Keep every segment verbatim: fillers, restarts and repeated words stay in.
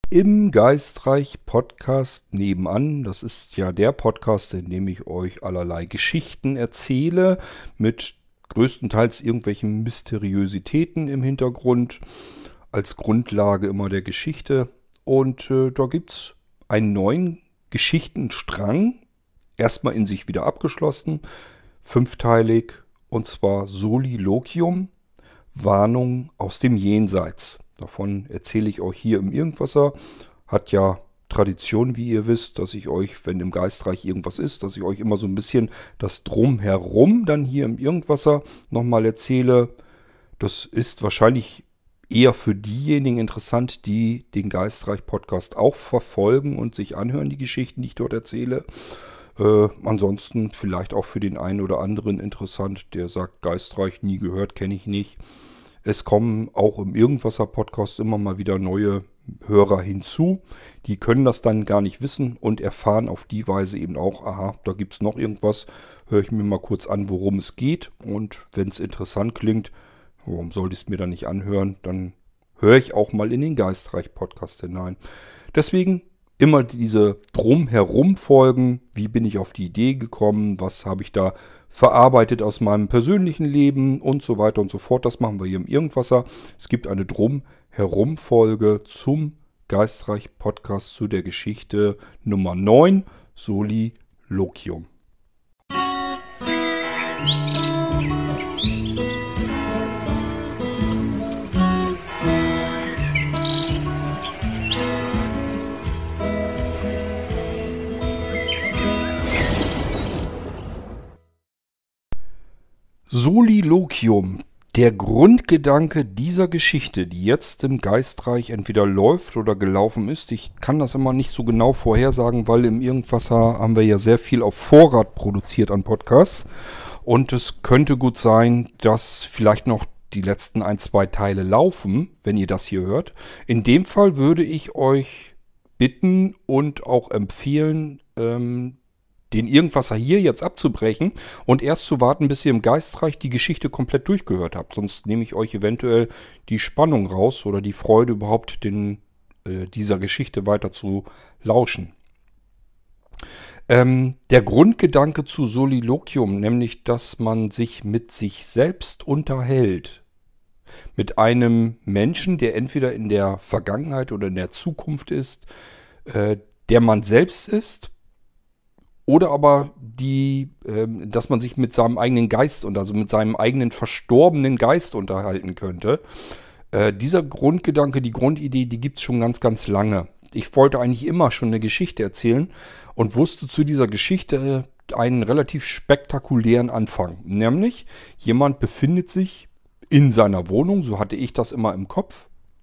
Im Geistreich Podcast nebenan. Das ist ja der Podcast, in dem ich euch allerlei Geschichten erzähle, mit größtenteils irgendwelchen Mysteriositäten im Hintergrund, als Grundlage immer der Geschichte. Und äh, da gibt es einen neuen Geschichtenstrang, erstmal in sich wieder abgeschlossen, fünfteilig, und zwar Soliloquium, Warnung aus dem Jenseits. Davon erzähle ich euch hier im Irgendwasser. Hat ja Tradition, wie ihr wisst, dass ich euch, wenn im Geistreich irgendwas ist, dass ich euch immer so ein bisschen das Drumherum dann hier im Irgendwasser nochmal erzähle. Das ist wahrscheinlich eher für diejenigen interessant, die den Geistreich-Podcast auch verfolgen und sich anhören, die Geschichten, die ich dort erzähle. Äh, ansonsten vielleicht auch für den einen oder anderen interessant, der sagt, Geistreich nie gehört, kenne ich nicht. Es kommen auch im Irgendwasser-Podcast immer mal wieder neue Hörer hinzu. Die können das dann gar nicht wissen und erfahren auf die Weise eben auch, aha, da gibt es noch irgendwas. Höre ich mir mal kurz an, worum es geht. Und wenn es interessant klingt, warum sollte ich es mir dann nicht anhören? Dann höre ich auch mal in den Geistreich-Podcast hinein. Deswegen immer diese Drumherum-Folgen. Wie bin ich auf die Idee gekommen? Was habe ich da verarbeitet aus meinem persönlichen Leben und so weiter und so fort. Das machen wir hier im Irgendwasser. Es gibt eine Drumherum-Folge zum Geistreich-Podcast zu der Geschichte Nummer neun, Soliloquium. Soliloquium. Der Grundgedanke dieser Geschichte, die jetzt im Geistreich entweder läuft oder gelaufen ist, ich kann das immer nicht so genau vorhersagen, weil im Irgendwasser haben wir ja sehr viel auf Vorrat produziert an Podcasts. Und es könnte gut sein, dass vielleicht noch die letzten ein, zwei Teile laufen, wenn ihr das hier hört. In dem Fall würde ich euch bitten und auch empfehlen, ähm, den Irgendwasser hier jetzt abzubrechen und erst zu warten, bis ihr im Geistreich die Geschichte komplett durchgehört habt. Sonst nehme ich euch eventuell die Spannung raus oder die Freude überhaupt, den, äh, dieser Geschichte weiter zu lauschen. Ähm, der Grundgedanke zu Soliloquium, nämlich, dass man sich mit sich selbst unterhält. Mit einem Menschen, der entweder in der Vergangenheit oder in der Zukunft ist, äh, der man selbst ist. Oder aber die, ähm, dass man sich mit seinem eigenen Geist und also mit seinem eigenen verstorbenen Geist unterhalten könnte. Äh, dieser Grundgedanke, die Grundidee, die gibt es schon ganz, ganz lange. Ich wollte eigentlich immer schon eine Geschichte erzählen und wusste zu dieser Geschichte einen relativ spektakulären Anfang. Nämlich, jemand befindet sich in seiner Wohnung, so hatte ich das immer im Kopf,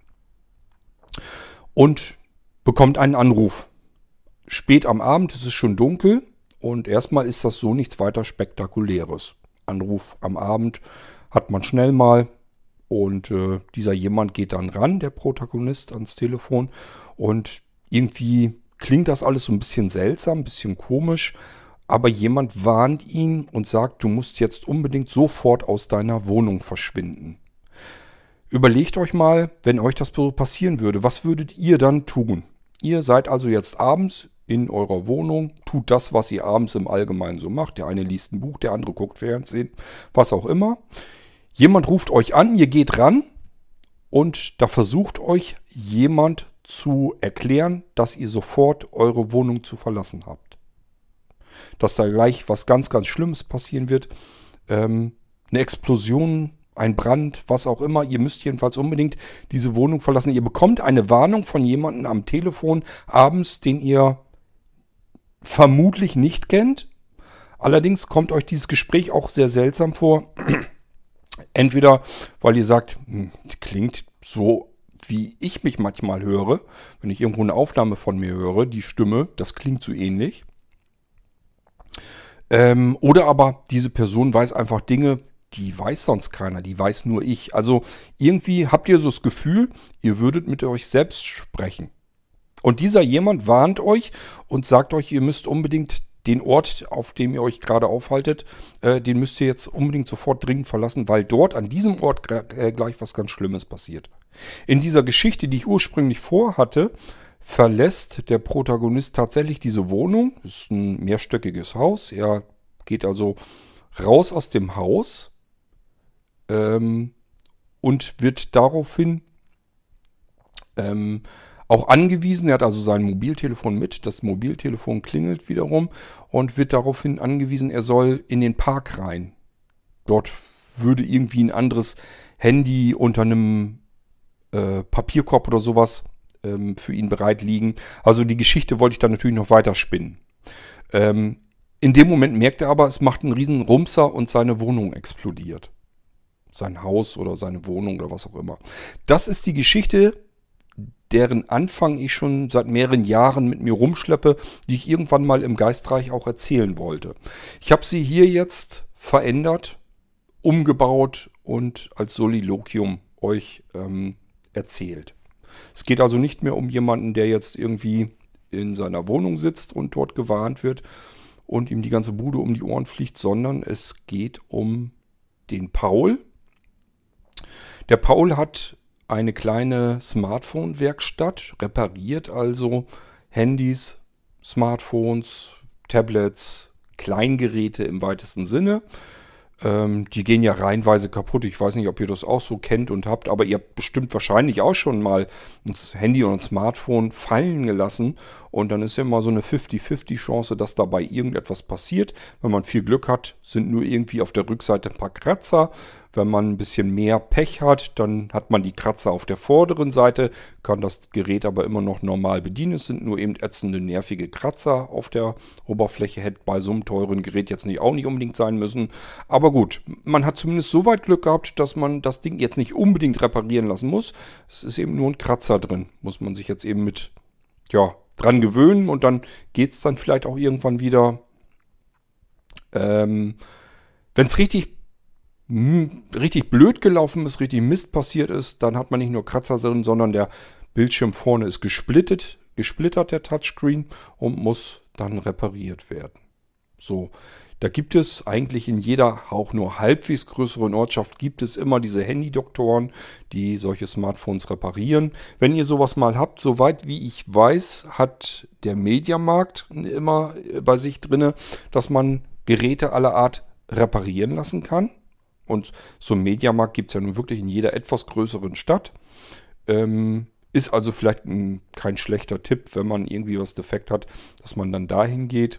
und bekommt einen Anruf. Spät am Abend, es ist schon dunkel. Und erstmal ist das so nichts weiter Spektakuläres. Anruf am Abend hat man schnell mal und äh, dieser jemand geht dann ran, der Protagonist, ans Telefon. Und irgendwie klingt das alles so ein bisschen seltsam, ein bisschen komisch. Aber jemand warnt ihn und sagt, du musst jetzt unbedingt sofort aus deiner Wohnung verschwinden. Überlegt euch mal, wenn euch das so passieren würde, was würdet ihr dann tun? Ihr seid also jetzt abends in eurer Wohnung, tut das, was ihr abends im Allgemeinen so macht. Der eine liest ein Buch, der andere guckt Fernsehen, was auch immer. Jemand ruft euch an, ihr geht ran und da versucht euch jemand zu erklären, dass ihr sofort eure Wohnung zu verlassen habt. Dass da gleich was ganz, ganz Schlimmes passieren wird. Ähm, eine Explosion, ein Brand, was auch immer. Ihr müsst jedenfalls unbedingt diese Wohnung verlassen. Ihr bekommt eine Warnung von jemandem am Telefon abends, den ihr vermutlich nicht kennt. Allerdings kommt euch dieses Gespräch auch sehr seltsam vor. Entweder, weil ihr sagt, hm, klingt so, wie ich mich manchmal höre, wenn ich irgendwo eine Aufnahme von mir höre, die Stimme, das klingt so ähnlich. Ähm, oder aber diese Person weiß einfach Dinge, die weiß sonst keiner, die weiß nur ich. Also irgendwie habt ihr so das Gefühl, ihr würdet mit euch selbst sprechen. Und dieser jemand warnt euch und sagt euch, ihr müsst unbedingt den Ort, auf dem ihr euch gerade aufhaltet, äh, den müsst ihr jetzt unbedingt sofort dringend verlassen, weil dort an diesem Ort äh, gleich was ganz Schlimmes passiert. In dieser Geschichte, die ich ursprünglich vorhatte, verlässt der Protagonist tatsächlich diese Wohnung. Das ist ein mehrstöckiges Haus. Er geht also raus aus dem Haus ähm, und wird daraufhin ähm, auch angewiesen. Er hat also sein Mobiltelefon mit. Das Mobiltelefon klingelt wiederum und wird daraufhin angewiesen, er soll in den Park rein. Dort würde irgendwie ein anderes Handy unter einem äh, Papierkorb oder sowas ähm, für ihn bereit liegen. Also die Geschichte wollte ich dann natürlich noch weiter spinnen. Ähm, in dem Moment merkt er aber, es macht einen riesen Rumser und seine Wohnung explodiert. Sein Haus oder seine Wohnung oder was auch immer. Das ist die Geschichte, deren Anfang ich schon seit mehreren Jahren mit mir rumschleppe, die ich irgendwann mal im Geistreich auch erzählen wollte. Ich habe sie hier jetzt verändert, umgebaut und als Soliloquium euch ähm, erzählt. Es geht also nicht mehr um jemanden, der jetzt irgendwie in seiner Wohnung sitzt und dort gewarnt wird und ihm die ganze Bude um die Ohren fliegt, sondern es geht um den Paul. Der Paul hat eine kleine Smartphone-Werkstatt, repariert also Handys, Smartphones, Tablets, Kleingeräte im weitesten Sinne. Ähm, die gehen ja reihenweise kaputt. Ich weiß nicht, ob ihr das auch so kennt und habt, aber ihr habt bestimmt wahrscheinlich auch schon mal ein Handy oder ein Smartphone fallen gelassen. Und dann ist ja immer so eine fünfzig fünfzig Chance, dass dabei irgendetwas passiert. Wenn man viel Glück hat, sind nur irgendwie auf der Rückseite ein paar Kratzer. Wenn man ein bisschen mehr Pech hat, dann hat man die Kratzer auf der vorderen Seite, kann das Gerät aber immer noch normal bedienen. Es sind nur eben ätzende, nervige Kratzer auf der Oberfläche. Hätte bei so einem teuren Gerät jetzt nicht auch nicht unbedingt sein müssen. Aber gut, man hat zumindest so weit Glück gehabt, dass man das Ding jetzt nicht unbedingt reparieren lassen muss. Es ist eben nur ein Kratzer drin. Muss man sich jetzt eben mit, ja, dran gewöhnen und dann geht es dann vielleicht auch irgendwann wieder. Ähm, wenn es richtig richtig blöd gelaufen ist, richtig Mist passiert ist, dann hat man nicht nur Kratzer drin, sondern der Bildschirm vorne ist gesplittet, gesplittert, der Touchscreen, und muss dann repariert werden. So, da gibt es eigentlich in jeder auch nur halbwegs größeren Ortschaft gibt es immer diese Handy-Doktoren, die solche Smartphones reparieren. Wenn ihr sowas mal habt, soweit wie ich weiß, hat der Mediamarkt immer bei sich drinne, dass man Geräte aller Art reparieren lassen kann. Und so einen Mediamarkt gibt es ja nun wirklich in jeder etwas größeren Stadt. Ähm, ist also vielleicht ein, kein schlechter Tipp, wenn man irgendwie was defekt hat, dass man dann dahin geht.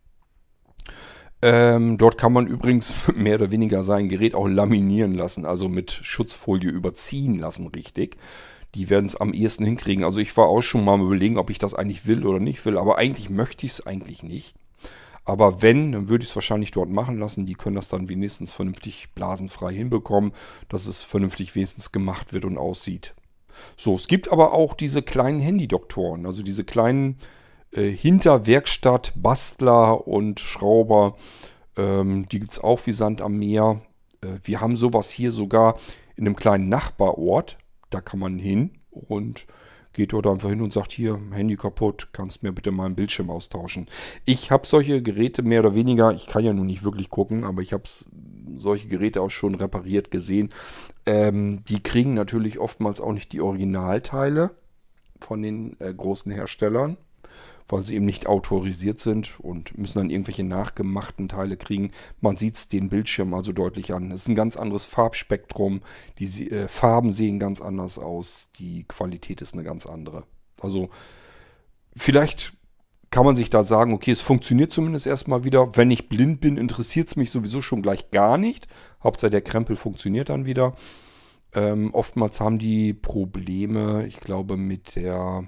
Ähm, dort kann man übrigens mehr oder weniger sein Gerät auch laminieren lassen, also mit Schutzfolie überziehen lassen, richtig. Die werden es am ehesten hinkriegen. Also ich war auch schon mal am Überlegen, ob ich das eigentlich will oder nicht will, aber eigentlich möchte ich es eigentlich nicht. Aber wenn, dann würde ich es wahrscheinlich dort machen lassen. Die können das dann wenigstens vernünftig blasenfrei hinbekommen, dass es vernünftig wenigstens gemacht wird und aussieht. So, es gibt aber auch diese kleinen Handy-Doktoren, also diese kleinen äh, Hinterwerkstatt, Bastler und Schrauber. Ähm, die gibt es auch wie Sand am Meer. Äh, wir haben sowas hier sogar in einem kleinen Nachbarort. Da kann man hin und geht dort einfach hin und sagt, hier, Handy kaputt, kannst mir bitte mal einen Bildschirm austauschen. Ich habe solche Geräte mehr oder weniger, ich kann ja nun nicht wirklich gucken, aber ich habe solche Geräte auch schon repariert gesehen. Ähm, die kriegen natürlich oftmals auch nicht die Originalteile von den äh, großen Herstellern, weil sie eben nicht autorisiert sind und müssen dann irgendwelche nachgemachten Teile kriegen. Man sieht es den Bildschirm also deutlich an. Es ist ein ganz anderes Farbspektrum. Die äh, Farben sehen ganz anders aus. Die Qualität ist eine ganz andere. Also vielleicht kann man sich da sagen, okay, es funktioniert zumindest erstmal wieder. Wenn ich blind bin, interessiert es mich sowieso schon gleich gar nicht. Hauptsache der Krempel funktioniert dann wieder. Ähm, oftmals haben die Probleme, ich glaube, mit der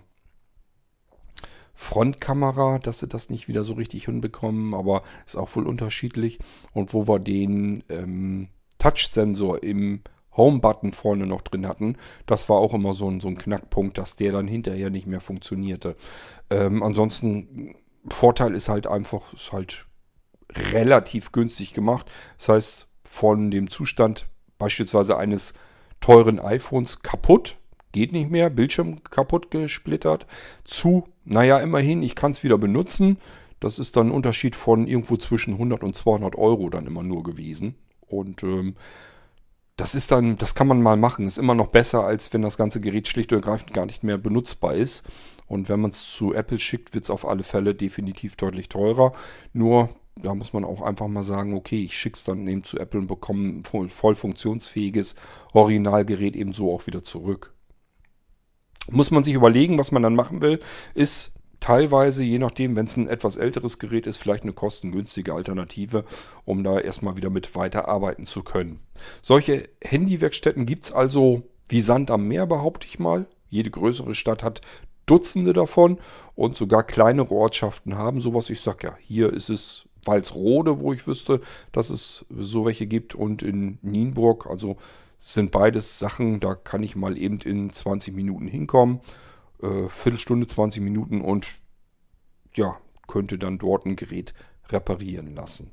Frontkamera, dass sie das nicht wieder so richtig hinbekommen, aber ist auch wohl unterschiedlich. Und wo wir den ähm, Touch-Sensor im Home-Button vorne noch drin hatten, das war auch immer so ein, so ein Knackpunkt, dass der dann hinterher nicht mehr funktionierte. Ähm, ansonsten, Vorteil ist halt einfach, ist halt relativ günstig gemacht. Das heißt, von dem Zustand beispielsweise eines teuren iPhones kaputt, geht nicht mehr, Bildschirm kaputt gesplittert, zu, naja, immerhin, ich kann es wieder benutzen. Das ist dann ein Unterschied von irgendwo zwischen hundert und zweihundert Euro dann immer nur gewesen. Und ähm, das ist dann, das kann man mal machen. Ist immer noch besser, als wenn das ganze Gerät schlicht und ergreifend gar nicht mehr benutzbar ist. Und wenn man es zu Apple schickt, wird es auf alle Fälle definitiv deutlich teurer. Nur, da muss man auch einfach mal sagen, okay, ich schicke es dann eben zu Apple und bekomme ein voll, voll funktionsfähiges Originalgerät eben so auch wieder zurück. Muss man sich überlegen, was man dann machen will, ist teilweise, je nachdem, wenn es ein etwas älteres Gerät ist, vielleicht eine kostengünstige Alternative, um da erstmal wieder mit weiterarbeiten zu können. Solche Handywerkstätten gibt es also wie Sand am Meer, behaupte ich mal. Jede größere Stadt hat Dutzende davon und sogar kleinere Ortschaften haben sowas. Ich sage ja, hier ist es Walsrode, wo ich wüsste, dass es so welche gibt, und in Nienburg, also sind beides Sachen, da kann ich mal eben in zwanzig Minuten hinkommen. Äh, Viertelstunde, zwanzig Minuten, und ja, könnte dann dort ein Gerät reparieren lassen.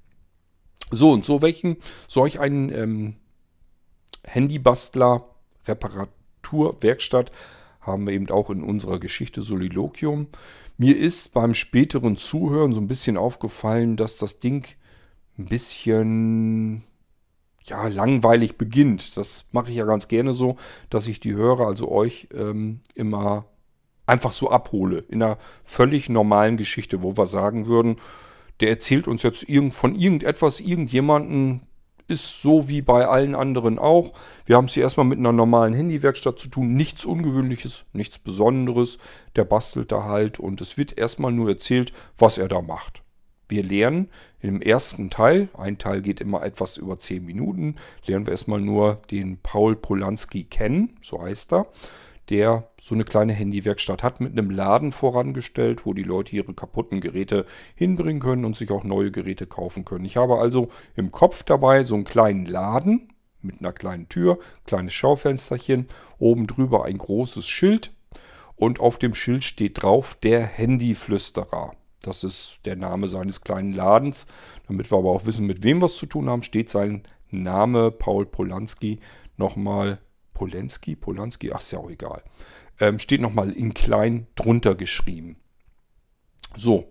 So, und so welchen, solch einen ähm, Handybastler, Reparaturwerkstatt haben wir eben auch in unserer Geschichte Soliloquium. Mir ist beim späteren Zuhören so ein bisschen aufgefallen, dass das Ding ein bisschen ja, langweilig beginnt. Das mache ich ja ganz gerne so, dass ich die Hörer, also euch, ähm, immer einfach so abhole. In einer völlig normalen Geschichte, wo wir sagen würden, der erzählt uns jetzt irgend, von irgendetwas, irgendjemanden, ist so wie bei allen anderen auch. Wir haben es hier erstmal mit einer normalen Handywerkstatt zu tun. Nichts Ungewöhnliches, nichts Besonderes. Der bastelt da halt, und es wird erstmal nur erzählt, was er da macht. Wir lernen im ersten Teil, ein Teil geht immer etwas über zehn Minuten, lernen wir erstmal nur den Paul Polanski kennen, so heißt er, der so eine kleine Handywerkstatt hat, mit einem Laden vorangestellt, wo die Leute ihre kaputten Geräte hinbringen können und sich auch neue Geräte kaufen können. Ich habe also im Kopf dabei so einen kleinen Laden mit einer kleinen Tür, kleines Schaufensterchen, oben drüber ein großes Schild, und auf dem Schild steht drauf der Handyflüsterer. Das ist der Name seines kleinen Ladens. Damit wir aber auch wissen, mit wem wir es zu tun haben, steht sein Name, Paul Polanski, nochmal, Polanski, Polanski, ach, ist ja auch egal, ähm, steht nochmal in klein drunter geschrieben. So,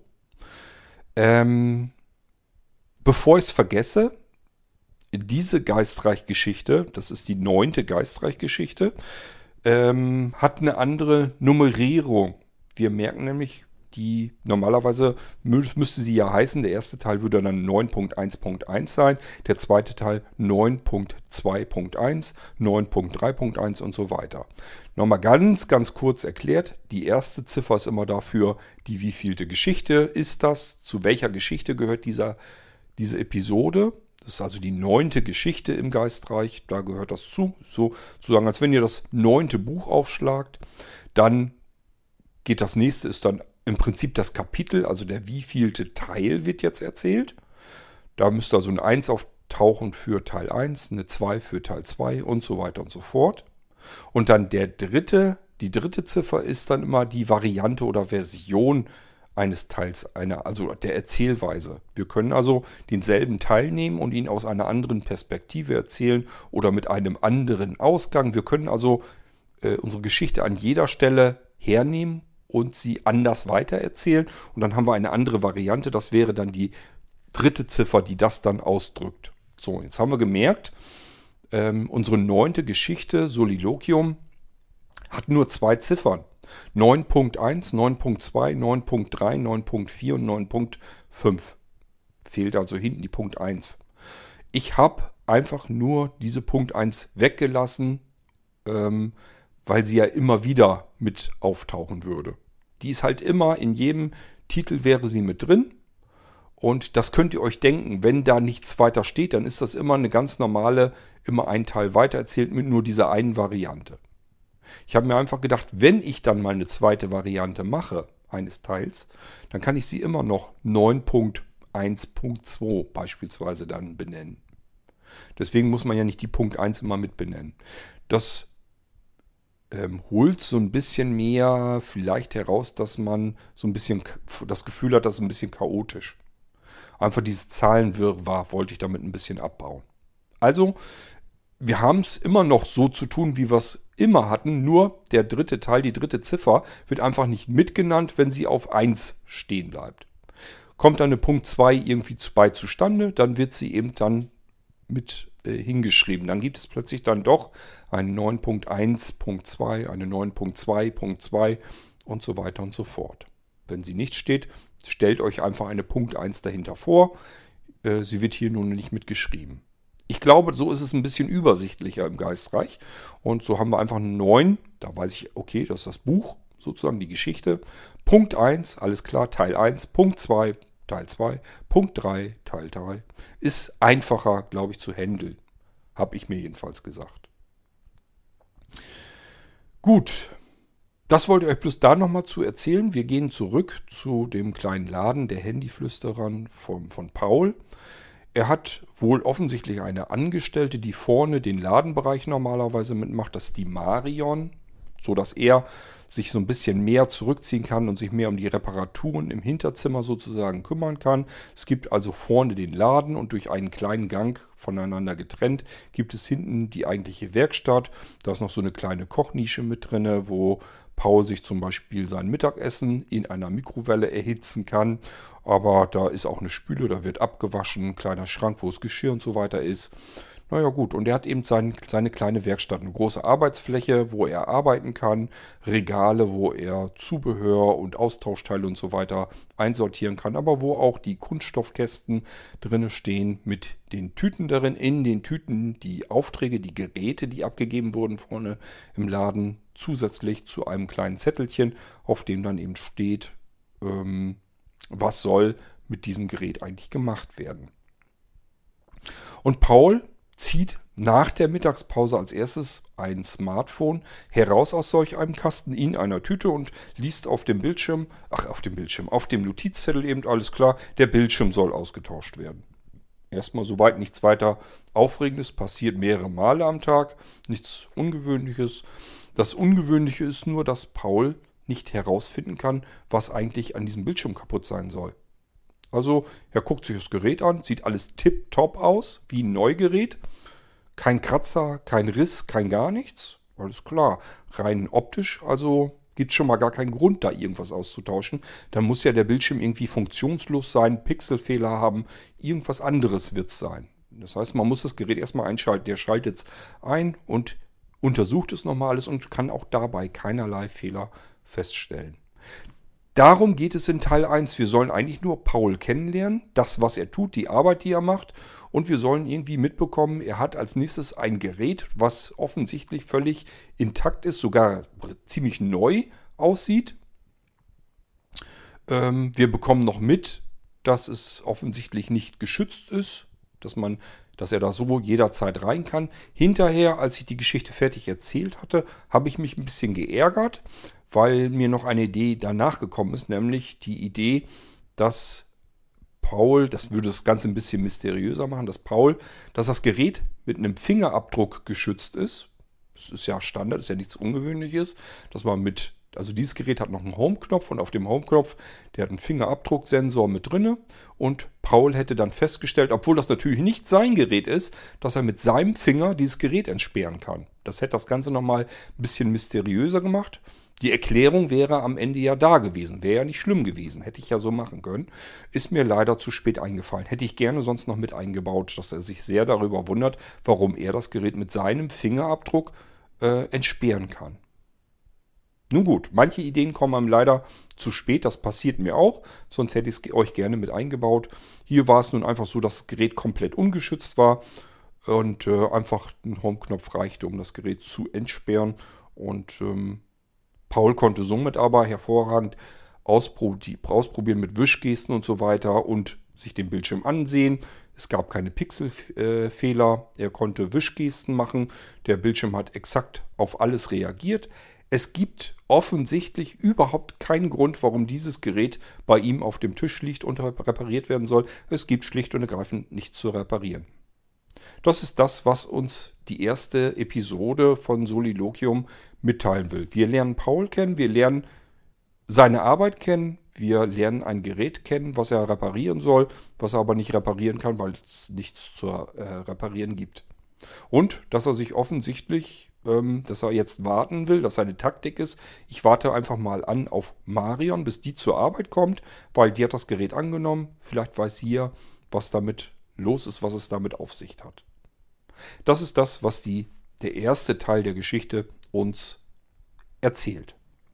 ähm, bevor ich es vergesse, diese Geistreich-Geschichte, das ist die neunte Geistreich-Geschichte, ähm, hat eine andere Nummerierung. Wir merken nämlich, die normalerweise mü müsste sie ja heißen, der erste Teil würde dann neun Punkt eins Punkt eins sein, der zweite Teil neun Punkt zwei Punkt eins, neun Punkt drei Punkt eins und so weiter. Nochmal ganz, ganz kurz erklärt, die erste Ziffer ist immer dafür, die wievielte Geschichte ist das, zu welcher Geschichte gehört dieser, diese Episode. Das ist also die neunte Geschichte im Geistreich, da gehört das zu, so sozusagen, als wenn ihr das neunte Buch aufschlagt, dann geht das nächste, ist dann im Prinzip das Kapitel, also der wievielte Teil wird jetzt erzählt. Da müsste also eine eins auftauchen für Teil eins, eine zwei für Teil zwei und so weiter und so fort. Und dann der dritte, die dritte Ziffer ist dann immer die Variante oder Version eines Teils, einer, also der Erzählweise. Wir können also denselben Teil nehmen und ihn aus einer anderen Perspektive erzählen oder mit einem anderen Ausgang. Wir können also äh, unsere Geschichte an jeder Stelle hernehmen und sie anders weitererzählen. Und dann haben wir eine andere Variante. Das wäre dann die dritte Ziffer, die das dann ausdrückt. So, jetzt haben wir gemerkt, ähm, unsere neunte Geschichte, Soliloquium, hat nur zwei Ziffern. neun Punkt eins, neun Punkt zwei, neun Punkt drei, neun Punkt vier und neun Punkt fünf. Fehlt also hinten die Punkt eins. Ich habe einfach nur diese Punkt eins weggelassen, ähm, weil sie ja immer wieder mit auftauchen würde. Die ist halt immer, in jedem Titel wäre sie mit drin. Und das könnt ihr euch denken, wenn da nichts weiter steht, dann ist das immer eine ganz normale, immer ein Teil weitererzählt mit nur dieser einen Variante. Ich habe mir einfach gedacht, wenn ich dann mal eine zweite Variante mache, eines Teils, dann kann ich sie immer noch neun Punkt eins Punkt zwei beispielsweise dann benennen. Deswegen muss man ja nicht die Punkt eins immer mit benennen. Das ähm, holt so ein bisschen mehr vielleicht heraus, dass man so ein bisschen das Gefühl hat, das ist ein bisschen chaotisch. Einfach dieses Zahlenwirrwarr wollte ich damit ein bisschen abbauen. Also, wir haben es immer noch so zu tun, wie wir es immer hatten, nur der dritte Teil, die dritte Ziffer, wird einfach nicht mitgenannt, wenn sie auf eins stehen bleibt. Kommt dann eine Punkt zwei irgendwie bei zustande, dann wird sie eben dann mit äh, hingeschrieben. Dann gibt es plötzlich dann doch eine neun Punkt eins Punkt zwei, eine neun Punkt zwei Punkt zwei und so weiter und so fort. Wenn sie nicht steht, stellt euch einfach eine Punkt eins dahinter vor. Äh, sie wird hier nun nicht mitgeschrieben. Ich glaube, so ist es ein bisschen übersichtlicher im Geistreich. Und so haben wir einfach eine neun. Da weiß ich, okay, das ist das Buch, sozusagen die Geschichte. Punkt eins, alles klar, Teil eins. Punkt zwei, Teil zwei. Punkt drei, Teil drei. Ist einfacher, glaube ich, zu handeln. Habe ich mir jedenfalls gesagt. Gut. Das wollte ich euch bloß da nochmal zu erzählen. Wir gehen zurück zu dem kleinen Laden der Handyflüsterern von, von Paul. Er hat wohl offensichtlich eine Angestellte, die vorne den Ladenbereich normalerweise mitmacht, das ist die Marion, sodass er sich so ein bisschen mehr zurückziehen kann und sich mehr um die Reparaturen im Hinterzimmer sozusagen kümmern kann. Es gibt also vorne den Laden und durch einen kleinen Gang voneinander getrennt gibt es hinten die eigentliche Werkstatt. Da ist noch so eine kleine Kochnische mit drin, wo Paul sich zum Beispiel sein Mittagessen in einer Mikrowelle erhitzen kann. Aber da ist auch eine Spüle, da wird abgewaschen, ein kleiner Schrank, wo das Geschirr und so weiter ist. Naja gut, und er hat eben sein, seine kleine Werkstatt, eine große Arbeitsfläche, wo er arbeiten kann, Regale, wo er Zubehör und Austauschteile und so weiter einsortieren kann, aber wo auch die Kunststoffkästen drin stehen mit den Tüten darin, in den Tüten die Aufträge, die Geräte, die abgegeben wurden vorne im Laden, zusätzlich zu einem kleinen Zettelchen, auf dem dann eben steht, ähm, was soll mit diesem Gerät eigentlich gemacht werden. Und Paul zieht nach der Mittagspause als erstes ein Smartphone heraus aus solch einem Kasten in einer Tüte und liest auf dem Bildschirm, ach auf dem Bildschirm, auf dem Notizzettel eben alles klar, der Bildschirm soll ausgetauscht werden. Erstmal soweit nichts weiter Aufregendes, passiert mehrere Male am Tag, nichts Ungewöhnliches. Das Ungewöhnliche ist nur, dass Paul nicht herausfinden kann, was eigentlich an diesem Bildschirm kaputt sein soll. Also er guckt sich das Gerät an, sieht alles tipptopp aus, wie ein Neugerät. Kein Kratzer, kein Riss, kein gar nichts. Alles klar, rein optisch, also gibt es schon mal gar keinen Grund, da irgendwas auszutauschen. Dann muss ja der Bildschirm irgendwie funktionslos sein, Pixelfehler haben, irgendwas anderes wird es sein. Das heißt, man muss das Gerät erstmal einschalten. Der schaltet es ein und untersucht es nochmal alles und kann auch dabei keinerlei Fehler feststellen. Darum geht es in Teil eins. Wir sollen eigentlich nur Paul kennenlernen, das, was er tut, die Arbeit, die er macht. Und wir sollen irgendwie mitbekommen, er hat als nächstes ein Gerät, was offensichtlich völlig intakt ist, sogar ziemlich neu aussieht. Ähm, wir bekommen noch mit, dass es offensichtlich nicht geschützt ist, dass man, dass er da so jederzeit rein kann. Hinterher, als ich die Geschichte fertig erzählt hatte, habe ich mich ein bisschen geärgert, weil mir noch eine Idee danach gekommen ist, nämlich die Idee, dass Paul, das würde das Ganze ein bisschen mysteriöser machen, dass Paul, dass das Gerät mit einem Fingerabdruck geschützt ist. Das ist ja Standard, ist ja nichts Ungewöhnliches, dass man mit, also dieses Gerät hat noch einen Home-Knopf und auf dem Home-Knopf, der hat einen Fingerabdrucksensor mit drinne und Paul hätte dann festgestellt, obwohl das natürlich nicht sein Gerät ist, dass er mit seinem Finger dieses Gerät entsperren kann. Das hätte das Ganze nochmal ein bisschen mysteriöser gemacht. Die Erklärung wäre am Ende ja da gewesen. Wäre ja nicht schlimm gewesen. Hätte ich ja so machen können. Ist mir leider zu spät eingefallen. Hätte ich gerne sonst noch mit eingebaut, dass er sich sehr darüber wundert, warum er das Gerät mit seinem Fingerabdruck äh, entsperren kann. Nun gut, manche Ideen kommen einem leider zu spät. Das passiert mir auch. Sonst hätte ich es euch gerne mit eingebaut. Hier war es nun einfach so, dass das Gerät komplett ungeschützt war. Und äh, einfach ein Home-Knopf reichte, um das Gerät zu entsperren. Und ähm, Paul konnte somit aber hervorragend ausprobieren mit Wischgesten und so weiter und sich den Bildschirm ansehen. Es gab keine Pixelfehler. Er konnte Wischgesten machen. Der Bildschirm hat exakt auf alles reagiert. Es gibt offensichtlich überhaupt keinen Grund, warum dieses Gerät bei ihm auf dem Tisch liegt und repariert werden soll. Es gibt schlicht und ergreifend nichts zu reparieren. Das ist das, was uns die erste Episode von Soliloquium mitteilen will. Wir lernen Paul kennen, wir lernen seine Arbeit kennen, wir lernen ein Gerät kennen, was er reparieren soll, was er aber nicht reparieren kann, weil es nichts zu äh, reparieren gibt. Und dass er sich offensichtlich, ähm, dass er jetzt warten will, dass seine Taktik ist, ich warte einfach mal an auf Marion, bis die zur Arbeit kommt, weil die hat das Gerät angenommen. Vielleicht weiß sie ja, was damit los ist, was es damit auf sich hat. Das ist das, was die, der erste Teil der Geschichte uns erzählt.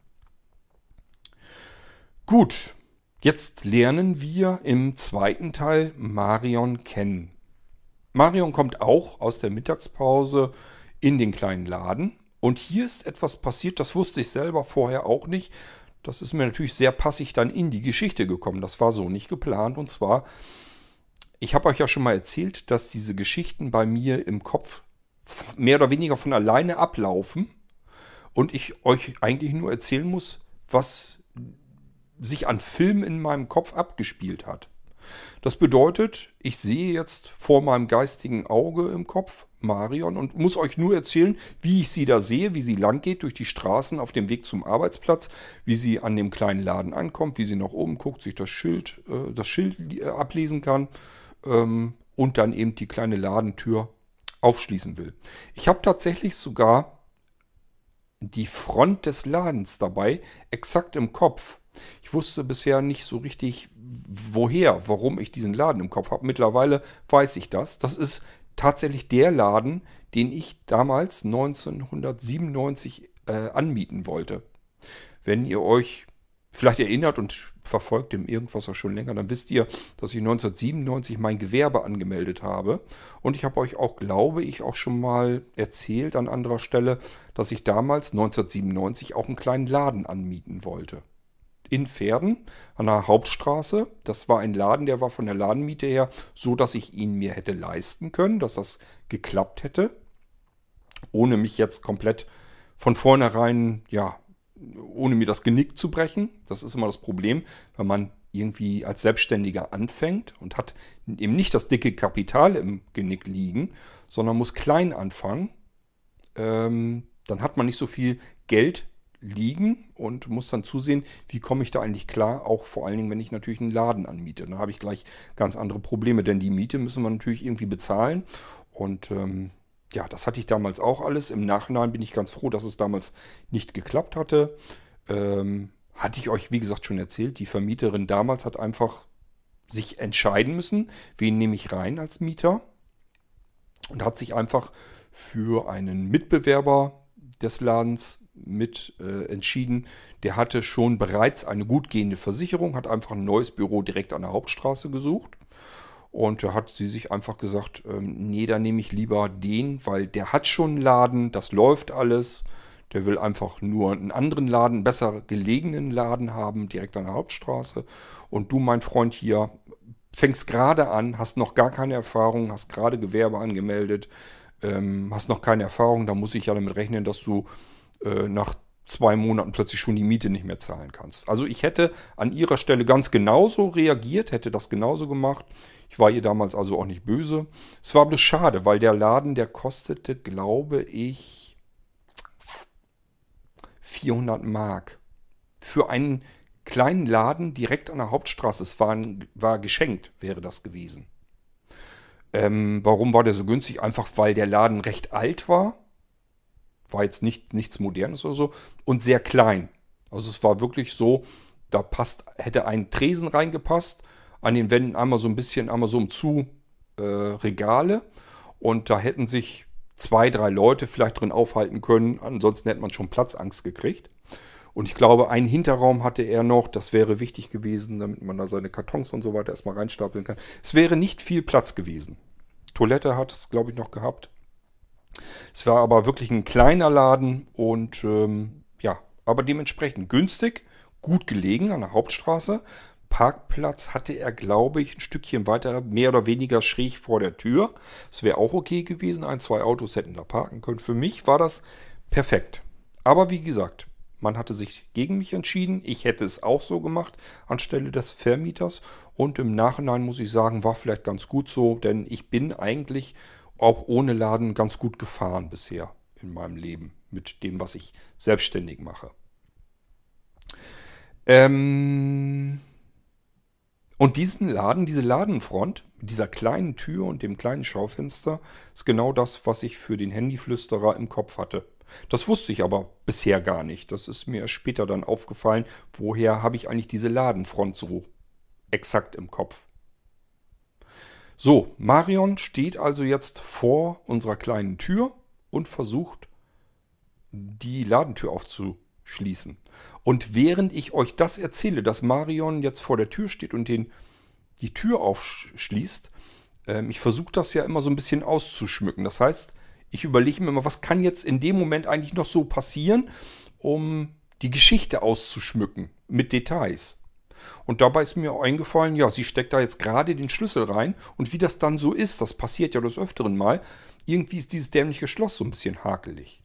Gut, jetzt lernen wir im zweiten Teil Marion kennen. Marion kommt auch aus der Mittagspause in den kleinen Laden. Und hier ist etwas passiert, das wusste ich selber vorher auch nicht. Das ist mir natürlich sehr passig dann in die Geschichte gekommen. Das war so nicht geplant. Und zwar, ich habe euch ja schon mal erzählt, dass diese Geschichten bei mir im Kopf mehr oder weniger von alleine ablaufen. Und ich euch eigentlich nur erzählen muss, was sich an Film in meinem Kopf abgespielt hat. Das bedeutet, ich sehe jetzt vor meinem geistigen Auge im Kopf Marion und muss euch nur erzählen, wie ich sie da sehe, wie sie lang geht durch die Straßen auf dem Weg zum Arbeitsplatz, wie sie an dem kleinen Laden ankommt, wie sie nach oben guckt, sich das Schild, äh, das Schild äh, ablesen kann ähm, und dann eben die kleine Ladentür aufschließen will. Ich habe tatsächlich sogar die Front des Ladens dabei, exakt im Kopf. Ich wusste bisher nicht so richtig, woher, warum ich diesen Laden im Kopf habe. Mittlerweile weiß ich das. Das ist tatsächlich der Laden, den ich damals neunzehnhundertsiebenundneunzig äh, anmieten wollte. Wenn ihr euch vielleicht erinnert und verfolgt dem Irgendwasser schon länger, dann wisst ihr, dass ich neunzehnhundertsiebenundneunzig mein Gewerbe angemeldet habe. Und ich habe euch auch, glaube ich, auch schon mal erzählt an anderer Stelle, dass ich damals neunzehnhundertsiebenundneunzig auch einen kleinen Laden anmieten wollte. In Verden, an der Hauptstraße. Das war ein Laden, der war von der Ladenmiete her so, dass ich ihn mir hätte leisten können, dass das geklappt hätte. Ohne mich jetzt komplett von vornherein, ja, ohne mir das Genick zu brechen. Das ist immer das Problem, wenn man irgendwie als Selbstständiger anfängt und hat eben nicht das dicke Kapital im Genick liegen, sondern muss klein anfangen. Ähm, dann hat man nicht so viel Geld liegen und muss dann zusehen, wie komme ich da eigentlich klar, auch vor allen Dingen, wenn ich natürlich einen Laden anmiete. Dann habe ich gleich ganz andere Probleme, denn die Miete müssen wir natürlich irgendwie bezahlen. Und ähm, ja, das hatte ich damals auch alles. Im Nachhinein bin ich ganz froh, dass es damals nicht geklappt hatte. Ähm, hatte ich euch, wie gesagt, schon erzählt. Die Vermieterin damals hat einfach sich entscheiden müssen, wen nehme ich rein als Mieter. Und hat sich einfach für einen Mitbewerber des Ladens mit äh, entschieden. Der hatte schon bereits eine gut gehende Versicherung, hat einfach ein neues Büro direkt an der Hauptstraße gesucht. Und da hat sie sich einfach gesagt, ähm, nee, da nehme ich lieber den, weil der hat schon einen Laden, das läuft alles. Der will einfach nur einen anderen Laden, einen besser gelegenen Laden haben, direkt an der Hauptstraße. Und du, mein Freund hier, fängst gerade an, hast noch gar keine Erfahrung, hast gerade Gewerbe angemeldet, ähm, hast noch keine Erfahrung, da muss ich ja damit rechnen, dass du äh, nach zwei Monaten plötzlich schon die Miete nicht mehr zahlen kannst. Also ich hätte an ihrer Stelle ganz genauso reagiert, hätte das genauso gemacht. Ich war ihr damals also auch nicht böse. Es war bloß schade, weil der Laden, der kostete, glaube ich, vierhundert Mark. Für einen kleinen Laden direkt an der Hauptstraße, es war, war geschenkt, wäre das gewesen. Ähm, warum war der so günstig? Einfach weil der Laden recht alt war. War jetzt nicht, nichts Modernes oder so. Und sehr klein. Also es war wirklich so, da passt, hätte ein Tresen reingepasst. An den Wänden einmal so ein bisschen, einmal so um zu äh, Regale. Und da hätten sich zwei, drei Leute vielleicht drin aufhalten können. Ansonsten hätte man schon Platzangst gekriegt. Und ich glaube, einen Hinterraum hatte er noch. Das wäre wichtig gewesen, damit man da seine Kartons und so weiter erstmal reinstapeln kann. Es wäre nicht viel Platz gewesen. Toilette hat es, glaube ich, noch gehabt. Es war aber wirklich ein kleiner Laden und ähm, ja, aber dementsprechend günstig, gut gelegen an der Hauptstraße. Parkplatz hatte er, glaube ich, ein Stückchen weiter, mehr oder weniger schräg vor der Tür. Es wäre auch okay gewesen, ein, zwei Autos hätten da parken können. Für mich war das perfekt. Aber wie gesagt, man hatte sich gegen mich entschieden. Ich hätte es auch so gemacht anstelle des Vermieters. Und im Nachhinein muss ich sagen, war vielleicht ganz gut so, denn ich bin eigentlich auch ohne Laden ganz gut gefahren bisher in meinem Leben mit dem, was ich selbstständig mache. Ähm und diesen Laden, diese Ladenfront mit dieser kleinen Tür und dem kleinen Schaufenster ist genau das, was ich für den Handyflüsterer im Kopf hatte. Das wusste ich aber bisher gar nicht. Das ist mir erst später dann aufgefallen. Woher habe ich eigentlich diese Ladenfront so exakt im Kopf? So, Marion steht also jetzt vor unserer kleinen Tür und versucht, die Ladentür aufzuschließen. Und während ich euch das erzähle, dass Marion jetzt vor der Tür steht und den, die Tür aufschließt, ähm, ich versuche das ja immer so ein bisschen auszuschmücken. Das heißt, ich überlege mir immer, was kann jetzt in dem Moment eigentlich noch so passieren, um die Geschichte auszuschmücken mit Details. Und dabei ist mir eingefallen, ja, sie steckt da jetzt gerade den Schlüssel rein. Und wie das dann so ist, das passiert ja des Öfteren mal, irgendwie ist dieses dämliche Schloss so ein bisschen hakelig.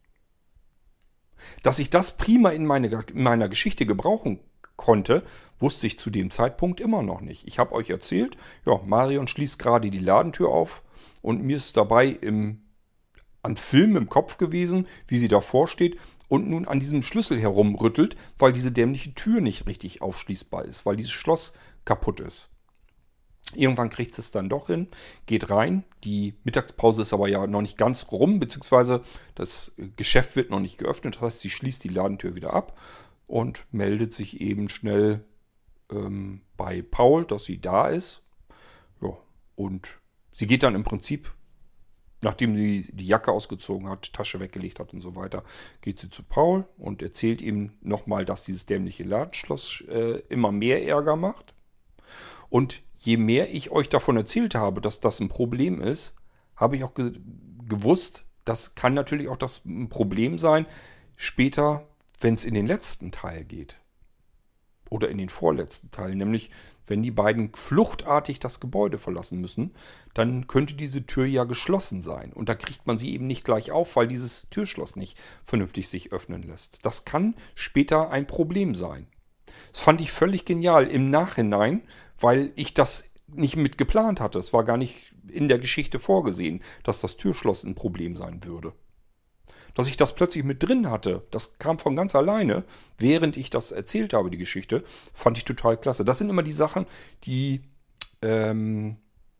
Dass ich das prima in, meine, in meiner Geschichte gebrauchen konnte, wusste ich zu dem Zeitpunkt immer noch nicht. Ich habe euch erzählt, ja, Marion schließt gerade die Ladentür auf und mir ist dabei im, an Film im Kopf gewesen, wie sie davor steht und nun an diesem Schlüssel herumrüttelt, weil diese dämliche Tür nicht richtig aufschließbar ist, weil dieses Schloss kaputt ist. Irgendwann kriegt es dann doch hin, geht rein. Die Mittagspause ist aber ja noch nicht ganz rum, beziehungsweise das Geschäft wird noch nicht geöffnet. Das heißt, sie schließt die Ladentür wieder ab und meldet sich eben schnell ähm, bei Paul, dass sie da ist. Ja, und sie geht dann im Prinzip, nachdem sie die Jacke ausgezogen hat, Tasche weggelegt hat und so weiter, geht sie zu Paul und erzählt ihm nochmal, dass dieses dämliche Ladenschloss äh, immer mehr Ärger macht. Und je mehr ich euch davon erzählt habe, dass das ein Problem ist, habe ich auch ge- gewusst, das kann natürlich auch das ein Problem sein, später, wenn es in den letzten Teil geht. Oder in den vorletzten Teil. Nämlich, wenn die beiden fluchtartig das Gebäude verlassen müssen, dann könnte diese Tür ja geschlossen sein. Und da kriegt man sie eben nicht gleich auf, weil dieses Türschloss nicht vernünftig sich öffnen lässt. Das kann später ein Problem sein. Das fand ich völlig genial im Nachhinein, weil ich das nicht mit geplant hatte. Es war gar nicht in der Geschichte vorgesehen, dass das Türschloss ein Problem sein würde. Dass ich das plötzlich mit drin hatte, das kam von ganz alleine, während ich das erzählt habe, die Geschichte, fand ich total klasse. Das sind immer die Sachen, die, ähm,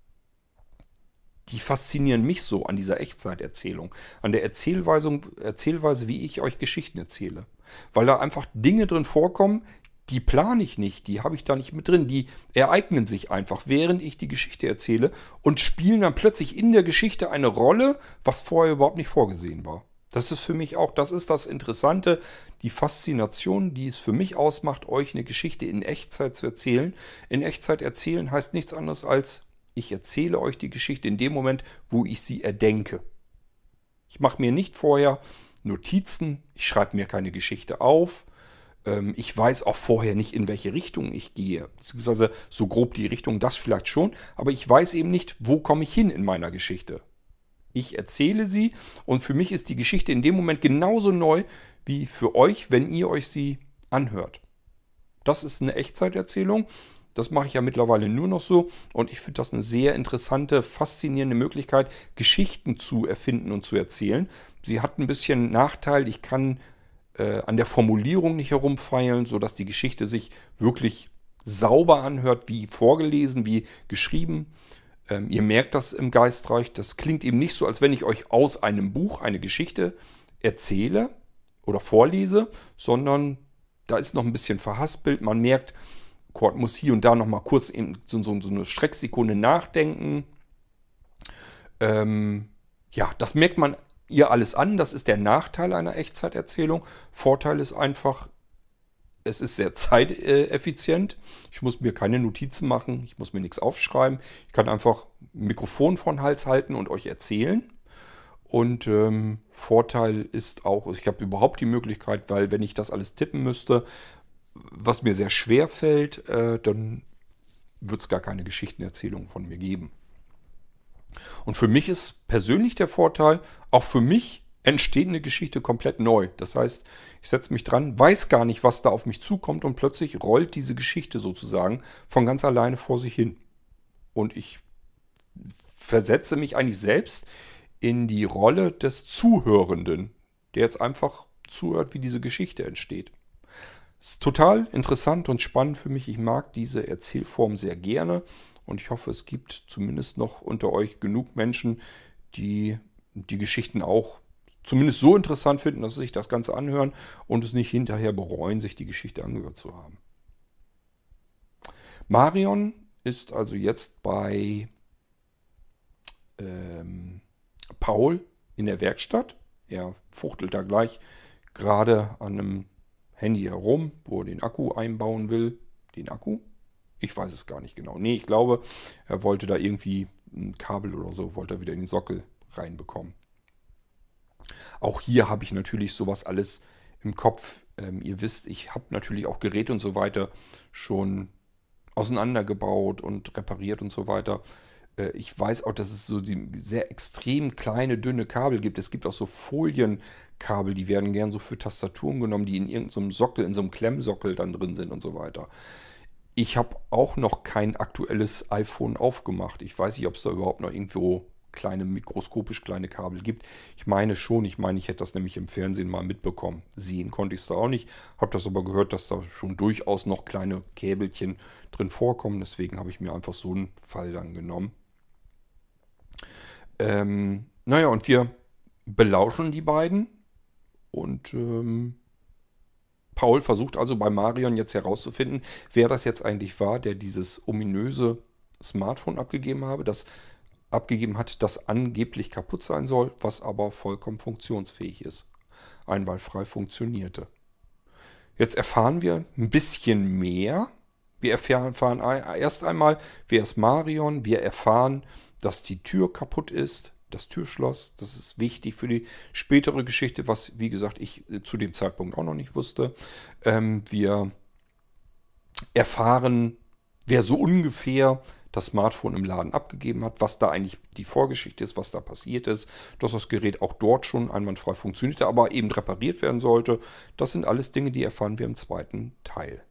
die faszinieren mich so an dieser Echtzeiterzählung, an der Erzählweise, Erzählweise, wie ich euch Geschichten erzähle. Weil da einfach Dinge drin vorkommen, die plane ich nicht, die habe ich da nicht mit drin, die ereignen sich einfach, während ich die Geschichte erzähle und spielen dann plötzlich in der Geschichte eine Rolle, was vorher überhaupt nicht vorgesehen war. Das ist für mich auch, das ist das Interessante, die Faszination, die es für mich ausmacht, euch eine Geschichte in Echtzeit zu erzählen. In Echtzeit erzählen heißt nichts anderes als, ich erzähle euch die Geschichte in dem Moment, wo ich sie erdenke. Ich mache mir nicht vorher Notizen, ich schreibe mir keine Geschichte auf. Ähm, ich weiß auch vorher nicht, in welche Richtung ich gehe. Beziehungsweise so grob die Richtung, das vielleicht schon. Aber ich weiß eben nicht, wo komme ich hin in meiner Geschichte. Ich erzähle sie und für mich ist die Geschichte in dem Moment genauso neu wie für euch, wenn ihr euch sie anhört. Das ist eine Echtzeiterzählung. Das mache ich ja mittlerweile nur noch so und ich finde das eine sehr interessante, faszinierende Möglichkeit, Geschichten zu erfinden und zu erzählen. Sie hat ein bisschen Nachteil, ich kann äh, an der Formulierung nicht herumfeilen, sodass die Geschichte sich wirklich sauber anhört, wie vorgelesen, wie geschrieben. Ähm, ihr merkt das im Geistreich, das klingt eben nicht so, als wenn ich euch aus einem Buch eine Geschichte erzähle oder vorlese, sondern da ist noch ein bisschen verhaspelt. Man merkt, Kurt muss hier und da noch mal kurz in so, so, so eine Schrecksekunde nachdenken. Ähm, ja, das merkt man ihr alles an. Das ist der Nachteil einer Echtzeiterzählung. Vorteil ist einfach, es ist sehr zeiteffizient. Ich muss mir keine Notizen machen. Ich muss mir nichts aufschreiben. Ich kann einfach ein Mikrofon vor den Hals halten und euch erzählen. Und ähm, Vorteil ist auch, ich habe überhaupt die Möglichkeit, weil wenn ich das alles tippen müsste, was mir sehr schwer fällt, äh, dann wird es gar keine Geschichtenerzählung von mir geben. Und für mich ist persönlich der Vorteil, auch für mich entsteht eine Geschichte komplett neu. Das heißt, ich setze mich dran, weiß gar nicht, was da auf mich zukommt und plötzlich rollt diese Geschichte sozusagen von ganz alleine vor sich hin. Und ich versetze mich eigentlich selbst in die Rolle des Zuhörenden, der jetzt einfach zuhört, wie diese Geschichte entsteht. Ist total interessant und spannend für mich. Ich mag diese Erzählform sehr gerne und ich hoffe, es gibt zumindest noch unter euch genug Menschen, die die Geschichten auch zumindest so interessant finden, dass sie sich das Ganze anhören und es nicht hinterher bereuen, sich die Geschichte angehört zu haben. Marion ist also jetzt bei ähm, Paul in der Werkstatt. Er fuchtelt da gleich gerade an einem Handy herum, wo er den Akku einbauen will. Den Akku? Ich weiß es gar nicht genau. Nee, ich glaube, er wollte da irgendwie ein Kabel oder so, wollte er wieder in den Sockel reinbekommen. Auch hier habe ich natürlich sowas alles im Kopf. Ähm, ihr wisst, ich habe natürlich auch Geräte und so weiter schon auseinandergebaut und repariert und so weiter. Äh, ich weiß auch, dass es so die sehr extrem kleine, dünne Kabel gibt. Es gibt auch so Folienkabel, die werden gern so für Tastaturen genommen, die in irgendeinem Sockel, in so einem Klemmsockel dann drin sind und so weiter. Ich habe auch noch kein aktuelles iPhone aufgemacht. Ich weiß nicht, ob es da überhaupt noch irgendwo kleine, mikroskopisch kleine Kabel gibt. Ich meine schon, ich meine, ich hätte das nämlich im Fernsehen mal mitbekommen. Sehen konnte ich es da auch nicht. Habe das aber gehört, dass da schon durchaus noch kleine Käbelchen drin vorkommen. Deswegen habe ich mir einfach so einen Fall dann genommen. Ähm, naja, und wir belauschen die beiden. Und ähm, Paul versucht also bei Marion jetzt herauszufinden, wer das jetzt eigentlich war, der dieses ominöse Smartphone abgegeben habe, das abgegeben hat, das angeblich kaputt sein soll, was aber vollkommen funktionsfähig ist. Einwandfrei funktionierte. Jetzt erfahren wir ein bisschen mehr. Wir erfahren erst einmal, wer ist Marion. Wir erfahren, dass die Tür kaputt ist, das Türschloss. Das ist wichtig für die spätere Geschichte, was, wie gesagt, ich zu dem Zeitpunkt auch noch nicht wusste. Ähm, wir erfahren, wer so ungefähr das Smartphone im Laden abgegeben hat, was da eigentlich die Vorgeschichte ist, was da passiert ist, dass das Gerät auch dort schon einwandfrei funktionierte, aber eben repariert werden sollte. Das sind alles Dinge, die erfahren wir im zweiten Teil.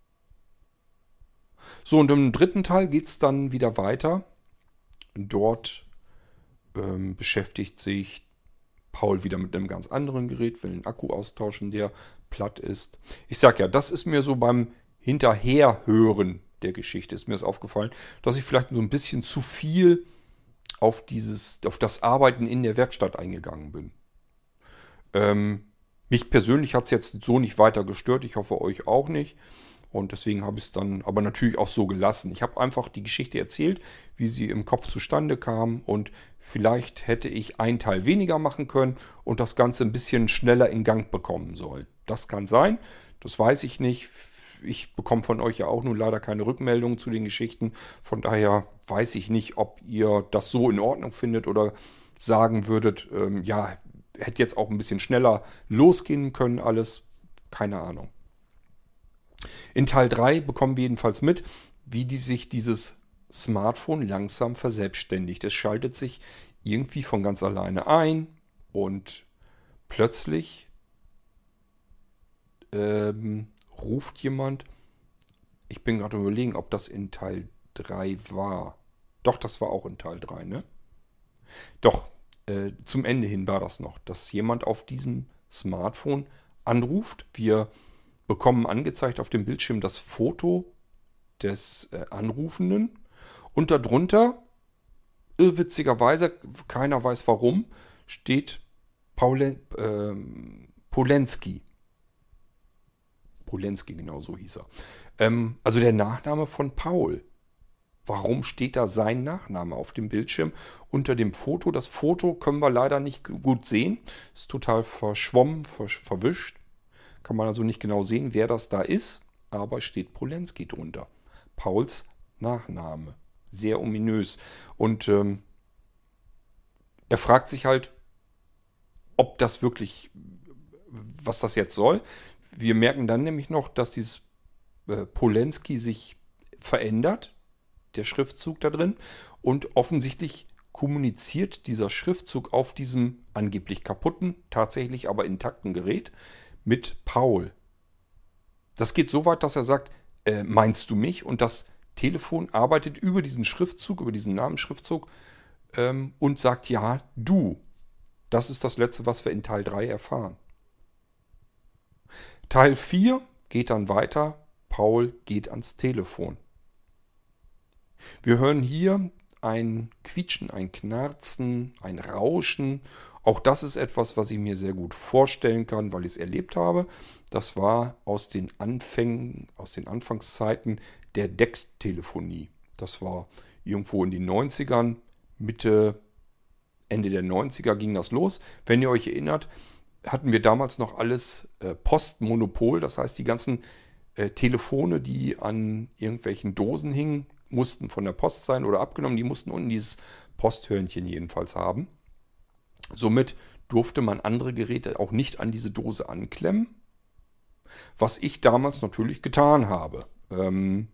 So, und im dritten Teil geht es dann wieder weiter. Dort ähm, beschäftigt sich Paul wieder mit einem ganz anderen Gerät, will den Akku austauschen, der platt ist. Ich sag ja, das ist mir so beim Hinterherhören der Geschichte ist mir das aufgefallen, dass ich vielleicht so ein bisschen zu viel auf dieses, auf das Arbeiten in der Werkstatt eingegangen bin. Ähm, mich persönlich hat es jetzt so nicht weiter gestört. Ich hoffe euch auch nicht. Und deswegen habe ich es dann aber natürlich auch so gelassen. Ich habe einfach die Geschichte erzählt, wie sie im Kopf zustande kam. Und vielleicht hätte ich einen Teil weniger machen können und das Ganze ein bisschen schneller in Gang bekommen sollen. Das kann sein. Das weiß ich nicht. Ich bekomme von euch ja auch nun leider keine Rückmeldungen zu den Geschichten. Von daher weiß ich nicht, ob ihr das so in Ordnung findet oder sagen würdet, ähm, ja, hätte jetzt auch ein bisschen schneller losgehen können alles. Keine Ahnung. In Teil drei bekommen wir jedenfalls mit, wie die sich dieses Smartphone langsam verselbstständigt. Es schaltet sich irgendwie von ganz alleine ein und plötzlich ähm, ruft jemand, ich bin gerade überlegen, ob das in Teil drei war. Doch, das war auch in Teil drei, ne? Doch, äh, zum Ende hin war das noch, dass jemand auf diesem Smartphone anruft. Wir bekommen angezeigt auf dem Bildschirm das Foto des äh, Anrufenden und darunter, irrwitzigerweise, keiner weiß warum, steht Paul, äh, Polenski. Polenski, genau so hieß er. Ähm, also der Nachname von Paul. Warum steht da sein Nachname auf dem Bildschirm unter dem Foto? Das Foto können wir leider nicht gut sehen. Ist total verschwommen, ver verwischt. Kann man also nicht genau sehen, wer das da ist. Aber steht Polenski drunter. Pauls Nachname. Sehr ominös. Und ähm, er fragt sich halt, ob das wirklich, was das jetzt soll. Wir merken dann nämlich noch, dass dieses äh, Polenski sich verändert, der Schriftzug da drin, und offensichtlich kommuniziert dieser Schriftzug auf diesem angeblich kaputten, tatsächlich aber intakten Gerät mit Paul. Das geht so weit, dass er sagt, äh, meinst du mich? Und das Telefon arbeitet über diesen Schriftzug, über diesen Namensschriftzug ähm, und sagt, ja, du. Das ist das Letzte, was wir in Teil drei erfahren. Teil vier geht dann weiter. Paul geht ans Telefon. Wir hören hier ein Quietschen, ein Knarzen, ein Rauschen. Auch das ist etwas, was ich mir sehr gut vorstellen kann, weil ich es erlebt habe. Das war aus den Anfängen, aus den Anfangszeiten der Decktelefonie. Das war irgendwo in den neunzigern, Mitte Ende der neunziger ging das los. Wenn ihr euch erinnert, hatten wir damals noch alles äh, Postmonopol. Das heißt, die ganzen äh, Telefone, die an irgendwelchen Dosen hingen, mussten von der Post sein oder abgenommen. Die mussten unten dieses Posthörnchen jedenfalls haben. Somit durfte man andere Geräte auch nicht an diese Dose anklemmen. Was ich damals natürlich getan habe. Ähm,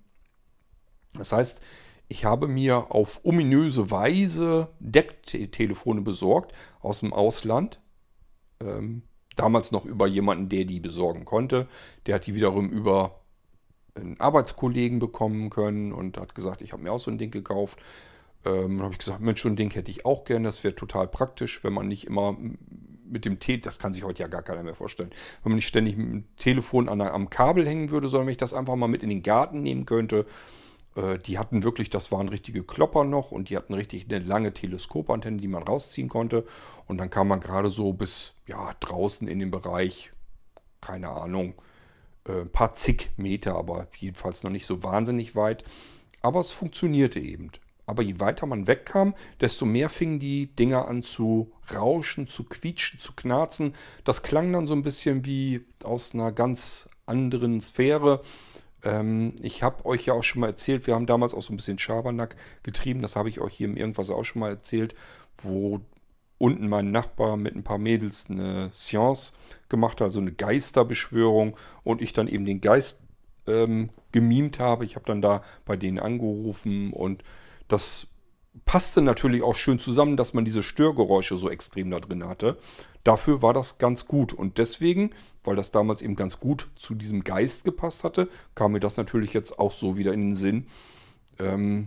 das heißt, ich habe mir auf ominöse Weise Decktelefone besorgt aus dem Ausland. Ähm, damals noch über jemanden, der die besorgen konnte. Der hat die wiederum über einen Arbeitskollegen bekommen können und hat gesagt, ich habe mir auch so ein Ding gekauft. Ähm, dann habe ich gesagt, Mensch, so ein Ding hätte ich auch gerne. Das wäre total praktisch, wenn man nicht immer mit dem Telefon, das kann sich heute ja gar keiner mehr vorstellen, wenn man nicht ständig mit dem Telefon an der, am Kabel hängen würde, sondern wenn ich das einfach mal mit in den Garten nehmen könnte. Äh, die hatten wirklich, das waren richtige Klopper noch und die hatten richtig eine lange Teleskopantenne, die man rausziehen konnte. Und dann kam man gerade so bis ja, draußen in den Bereich, keine Ahnung, äh, ein paar zig Meter, aber jedenfalls noch nicht so wahnsinnig weit. Aber es funktionierte eben. Aber je weiter man wegkam, desto mehr fingen die Dinger an zu rauschen, zu quietschen, zu knarzen. Das klang dann so ein bisschen wie aus einer ganz anderen Sphäre. Ähm, ich habe euch ja auch schon mal erzählt, wir haben damals auch so ein bisschen Schabernack getrieben. Das habe ich euch hier im Irgendwas auch schon mal erzählt, wo unten mein Nachbar mit ein paar Mädels eine Seance gemacht hat, also eine Geisterbeschwörung. Und ich dann eben den Geist ähm, gemimt habe. Ich habe dann da bei denen angerufen und das passte natürlich auch schön zusammen, dass man diese Störgeräusche so extrem da drin hatte. Dafür war das ganz gut. Und deswegen, weil das damals eben ganz gut zu diesem Geist gepasst hatte, kam mir das natürlich jetzt auch so wieder in den Sinn, ähm,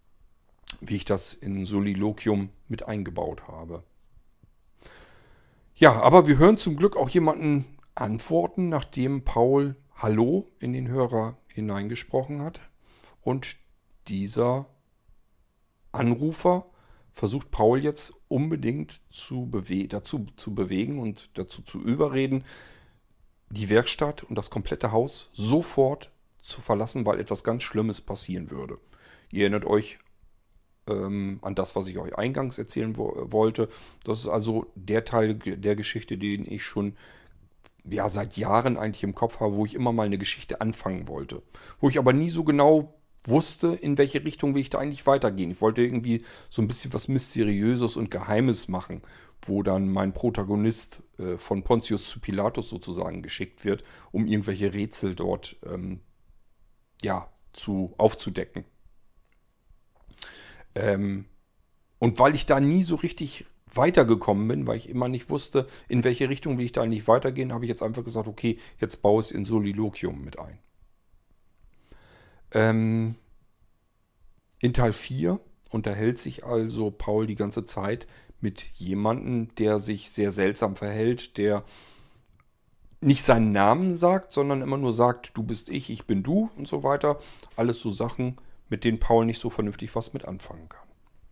wie ich das in Soliloquium mit eingebaut habe. Ja, aber wir hören zum Glück auch jemanden antworten, nachdem Paul Hallo in den Hörer hineingesprochen hat. Und dieser Anrufer versucht Paul jetzt unbedingt zu bewe- dazu zu bewegen und dazu zu überreden, die Werkstatt und das komplette Haus sofort zu verlassen, weil etwas ganz Schlimmes passieren würde. Ihr erinnert euch ähm, an das, was ich euch eingangs erzählen wo- wollte. Das ist also der Teil der Geschichte, den ich schon ja, seit Jahren eigentlich im Kopf habe, wo ich immer mal eine Geschichte anfangen wollte. Wo ich aber nie so genau wusste, in welche Richtung will ich da eigentlich weitergehen. Ich wollte irgendwie so ein bisschen was Mysteriöses und Geheimes machen, wo dann mein Protagonist äh, von Pontius zu Pilatus sozusagen geschickt wird, um irgendwelche Rätsel dort ähm, ja, zu, aufzudecken. Ähm, und weil ich da nie so richtig weitergekommen bin, weil ich immer nicht wusste, in welche Richtung will ich da eigentlich weitergehen, habe ich jetzt einfach gesagt, okay, jetzt baue es in Soliloquium mit ein. Ähm, in Teil vier unterhält sich also Paul die ganze Zeit mit jemandem, der sich sehr seltsam verhält, der nicht seinen Namen sagt, sondern immer nur sagt, du bist ich, ich bin du und so weiter. Alles so Sachen, mit denen Paul nicht so vernünftig was mit anfangen kann.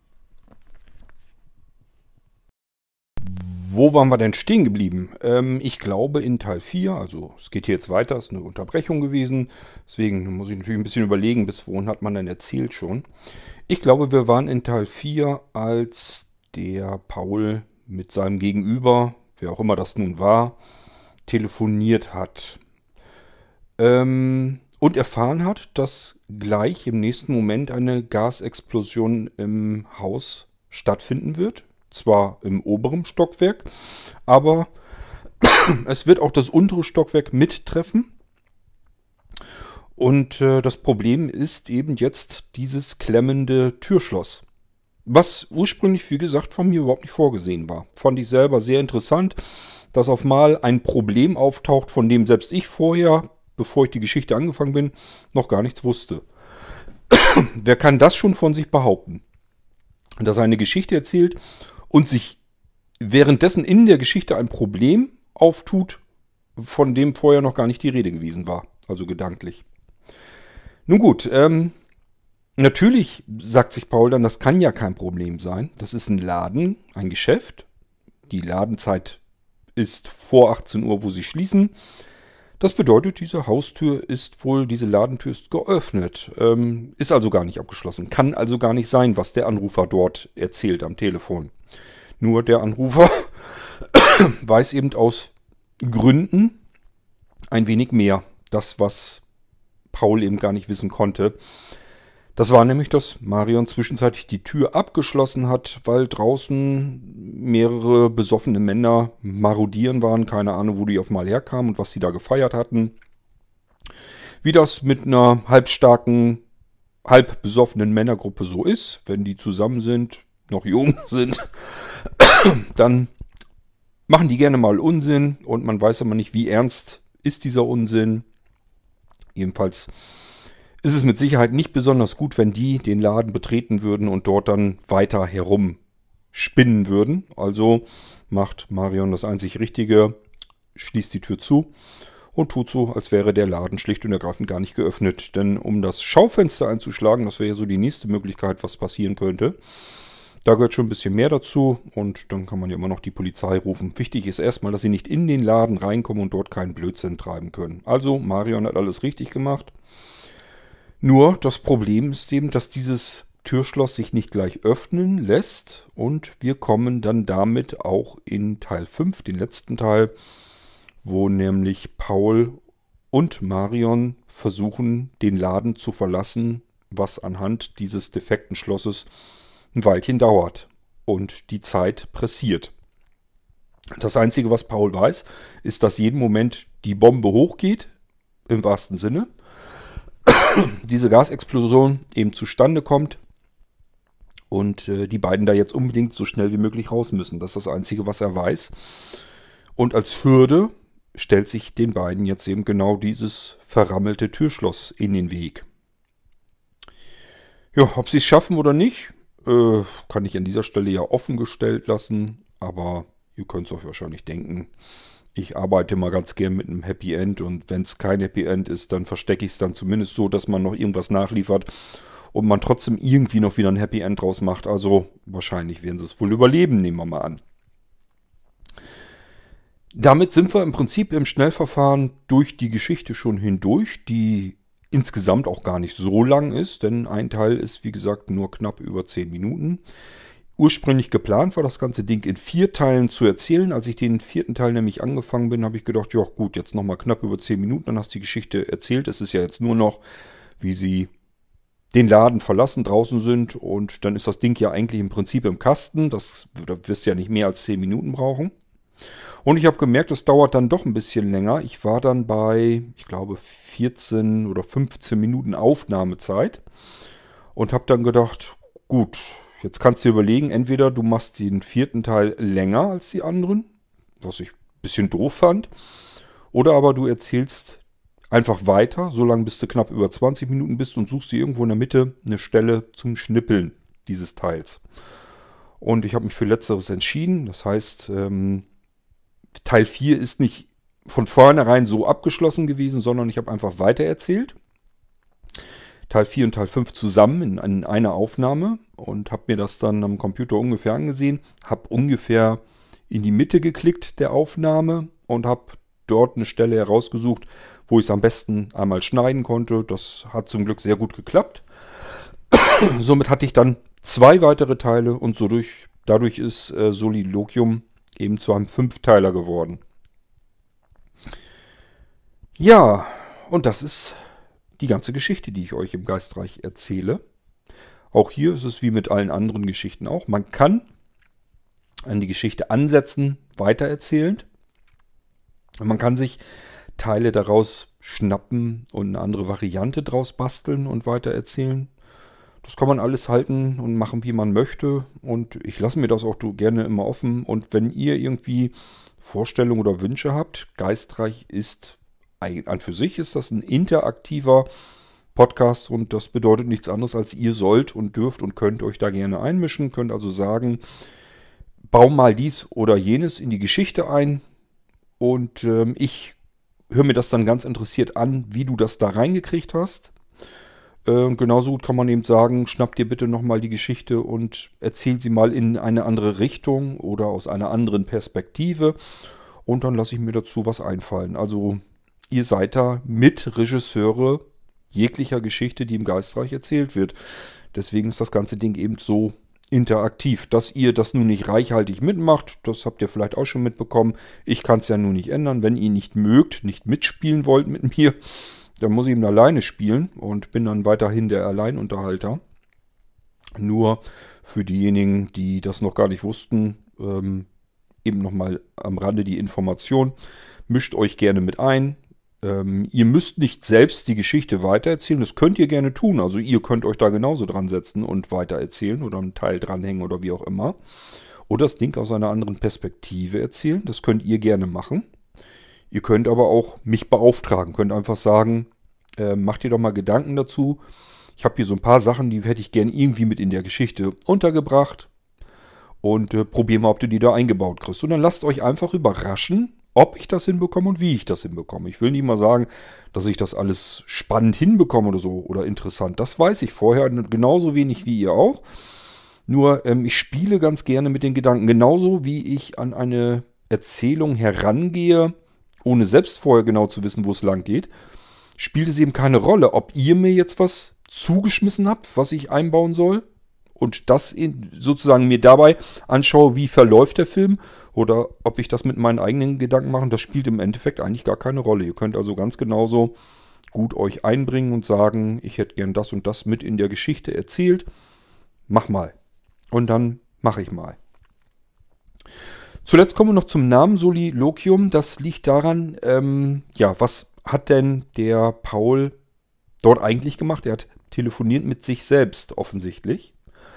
Wo waren wir denn stehen geblieben? Ähm, ich glaube in Teil vier, also es geht hier jetzt weiter, ist eine Unterbrechung gewesen. Deswegen muss ich natürlich ein bisschen überlegen, bis wohin hat man denn erzählt schon. Ich glaube, wir waren in Teil vier, als der Paul mit seinem Gegenüber, wer auch immer das nun war, telefoniert hat. Ähm, und erfahren hat, dass gleich im nächsten Moment eine Gasexplosion im Haus stattfinden wird. Zwar im oberen Stockwerk, aber es wird auch das untere Stockwerk mittreffen. Und äh, das Problem ist eben jetzt dieses klemmende Türschloss. Was ursprünglich, wie gesagt, von mir überhaupt nicht vorgesehen war. Fand ich selber sehr interessant, dass auf mal ein Problem auftaucht, von dem selbst ich vorher, bevor ich die Geschichte angefangen bin, noch gar nichts wusste. Wer kann das schon von sich behaupten? Dass er eine Geschichte erzählt und sich währenddessen in der Geschichte ein Problem auftut, von dem vorher noch gar nicht die Rede gewesen war. Also gedanklich. Nun gut, ähm, natürlich sagt sich Paul dann, das kann ja kein Problem sein. Das ist ein Laden, ein Geschäft. Die Ladenzeit ist vor achtzehn Uhr, wo sie schließen. Das bedeutet, diese Haustür ist wohl, diese Ladentür ist geöffnet. Ähm, ist also gar nicht abgeschlossen. Kann also gar nicht sein, was der Anrufer dort erzählt am Telefon. Nur der Anrufer weiß eben aus Gründen ein wenig mehr. Das, was Paul eben gar nicht wissen konnte. Das war nämlich, dass Marion zwischenzeitlich die Tür abgeschlossen hat, weil draußen mehrere besoffene Männer marodieren waren. Keine Ahnung, wo die auf mal herkamen und was sie da gefeiert hatten. Wie das mit einer halbstarken, halb besoffenen Männergruppe so ist, wenn die zusammen sind, noch jung sind, dann machen die gerne mal Unsinn und man weiß aber nicht, wie ernst ist dieser Unsinn. Jedenfalls ist es mit Sicherheit nicht besonders gut, wenn die den Laden betreten würden und dort dann weiter herum spinnen würden. Also macht Marion das einzig Richtige, schließt die Tür zu und tut so, als wäre der Laden schlicht und ergreifend gar nicht geöffnet. Denn um das Schaufenster einzuschlagen, das wäre ja so die nächste Möglichkeit, was passieren könnte. Da gehört schon ein bisschen mehr dazu und dann kann man ja immer noch die Polizei rufen. Wichtig ist erstmal, dass sie nicht in den Laden reinkommen und dort keinen Blödsinn treiben können. Also Marion hat alles richtig gemacht. Nur das Problem ist eben, dass dieses Türschloss sich nicht gleich öffnen lässt und wir kommen dann damit auch in Teil fünf, den letzten Teil, wo nämlich Paul und Marion versuchen, den Laden zu verlassen, was anhand dieses defekten Schlosses ein Weilchen dauert und die Zeit pressiert. Das Einzige, was Paul weiß, ist, dass jeden Moment die Bombe hochgeht, im wahrsten Sinne, diese Gasexplosion eben zustande kommt und äh, die beiden da jetzt unbedingt so schnell wie möglich raus müssen. Das ist das Einzige, was er weiß. Und als Hürde stellt sich den beiden jetzt eben genau dieses verrammelte Türschloss in den Weg. Ja, ob sie es schaffen oder nicht, äh, kann ich an dieser Stelle ja offen gestellt lassen, aber ihr könnt es euch wahrscheinlich denken. Ich arbeite mal ganz gern mit einem Happy End und wenn es kein Happy End ist, dann verstecke ich es dann zumindest so, dass man noch irgendwas nachliefert und man trotzdem irgendwie noch wieder ein Happy End draus macht. Also wahrscheinlich werden sie es wohl überleben, nehmen wir mal an. Damit sind wir im Prinzip im Schnellverfahren durch die Geschichte schon hindurch, die insgesamt auch gar nicht so lang ist, denn ein Teil ist, wie gesagt, nur knapp über zehn Minuten. Ursprünglich geplant war das ganze Ding in vier Teilen zu erzählen. Als ich den vierten Teil nämlich angefangen bin, habe ich gedacht, ja gut, jetzt nochmal knapp über zehn Minuten, dann hast du die Geschichte erzählt. Es ist ja jetzt nur noch, wie sie den Laden verlassen, draußen sind und dann ist das Ding ja eigentlich im Prinzip im Kasten. Das, da wirst du ja nicht mehr als zehn Minuten brauchen. Und ich habe gemerkt, es dauert dann doch ein bisschen länger. Ich war dann bei, ich glaube, vierzehn oder fünfzehn Minuten Aufnahmezeit und habe dann gedacht, gut, jetzt kannst du dir überlegen, entweder du machst den vierten Teil länger als die anderen, was ich ein bisschen doof fand, oder aber du erzählst einfach weiter, solange bis du knapp über zwanzig Minuten bist und suchst dir irgendwo in der Mitte eine Stelle zum Schnippeln dieses Teils. Und ich habe mich für Letzteres entschieden, das heißt, ähm, Teil vier ist nicht von vornherein so abgeschlossen gewesen, sondern ich habe einfach weitererzählt. Teil vier und Teil fünf zusammen in, in einer Aufnahme und habe mir das dann am Computer ungefähr angesehen, habe ungefähr in die Mitte geklickt der Aufnahme und habe dort eine Stelle herausgesucht, wo ich es am besten einmal schneiden konnte. Das hat zum Glück sehr gut geklappt. Somit hatte ich dann zwei weitere Teile und so durch, dadurch ist äh, Soliloquium eben zu einem Fünfteiler geworden. Ja, und das ist die ganze Geschichte, die ich euch im Geistreich erzähle. Auch hier ist es wie mit allen anderen Geschichten auch. Man kann an die Geschichte ansetzen, weitererzählend. Man kann sich Teile daraus schnappen und eine andere Variante draus basteln und weitererzählen. Das kann man alles halten und machen, wie man möchte. Und ich lasse mir das auch gerne immer offen. Und wenn ihr irgendwie Vorstellungen oder Wünsche habt, Geistreich ist, an für sich ist das ein interaktiver Podcast. Und das bedeutet nichts anderes, als ihr sollt und dürft und könnt euch da gerne einmischen. Könnt also sagen, bau mal dies oder jenes in die Geschichte ein. Und ähm, ich höre mir das dann ganz interessiert an, wie du das da reingekriegt hast. Und genauso gut kann man eben sagen, schnapp dir bitte nochmal die Geschichte und erzähl sie mal in eine andere Richtung oder aus einer anderen Perspektive. Und dann lasse ich mir dazu was einfallen. Also ihr seid da Mitregisseure jeglicher Geschichte, die im Geistreich erzählt wird. Deswegen ist das ganze Ding eben so interaktiv. Dass ihr das nun nicht reichhaltig mitmacht, das habt ihr vielleicht auch schon mitbekommen. Ich kann es ja nun nicht ändern. Wenn ihr nicht mögt, nicht mitspielen wollt mit mir, dann muss ich eben alleine spielen und bin dann weiterhin der Alleinunterhalter. Nur für diejenigen, die das noch gar nicht wussten, ähm, eben nochmal am Rande die Information. Mischt euch gerne mit ein. Ähm, ihr müsst nicht selbst die Geschichte weitererzählen. Das könnt ihr gerne tun. Also ihr könnt euch da genauso dran setzen und weitererzählen oder einen Teil dranhängen oder wie auch immer. Oder das Ding aus einer anderen Perspektive erzählen. Das könnt ihr gerne machen. Ihr könnt aber auch mich beauftragen. Könnt einfach sagen, äh, macht ihr doch mal Gedanken dazu. Ich habe hier so ein paar Sachen, die hätte ich gerne irgendwie mit in der Geschichte untergebracht. Und äh, probier mal, ob du die da eingebaut kriegst. Und dann lasst euch einfach überraschen, ob ich das hinbekomme und wie ich das hinbekomme. Ich will nicht mal sagen, dass ich das alles spannend hinbekomme oder so oder interessant. Das weiß ich vorher genauso wenig wie ihr auch. Nur ähm, ich spiele ganz gerne mit den Gedanken. Genauso wie ich an eine Erzählung herangehe, ohne selbst vorher genau zu wissen, wo es lang geht, spielt es eben keine Rolle, ob ihr mir jetzt was zugeschmissen habt, was ich einbauen soll. Und das in, sozusagen mir dabei anschaue, wie verläuft der Film oder ob ich das mit meinen eigenen Gedanken mache. Das spielt im Endeffekt eigentlich gar keine Rolle. Ihr könnt also ganz genauso gut euch einbringen und sagen, ich hätte gern das und das mit in der Geschichte erzählt. Mach mal. Und dann mache ich mal. Zuletzt kommen wir noch zum Namen Soliloquium. Das liegt daran, ähm, ja, was hat denn der Paul dort eigentlich gemacht? Er hat telefoniert mit sich selbst offensichtlich.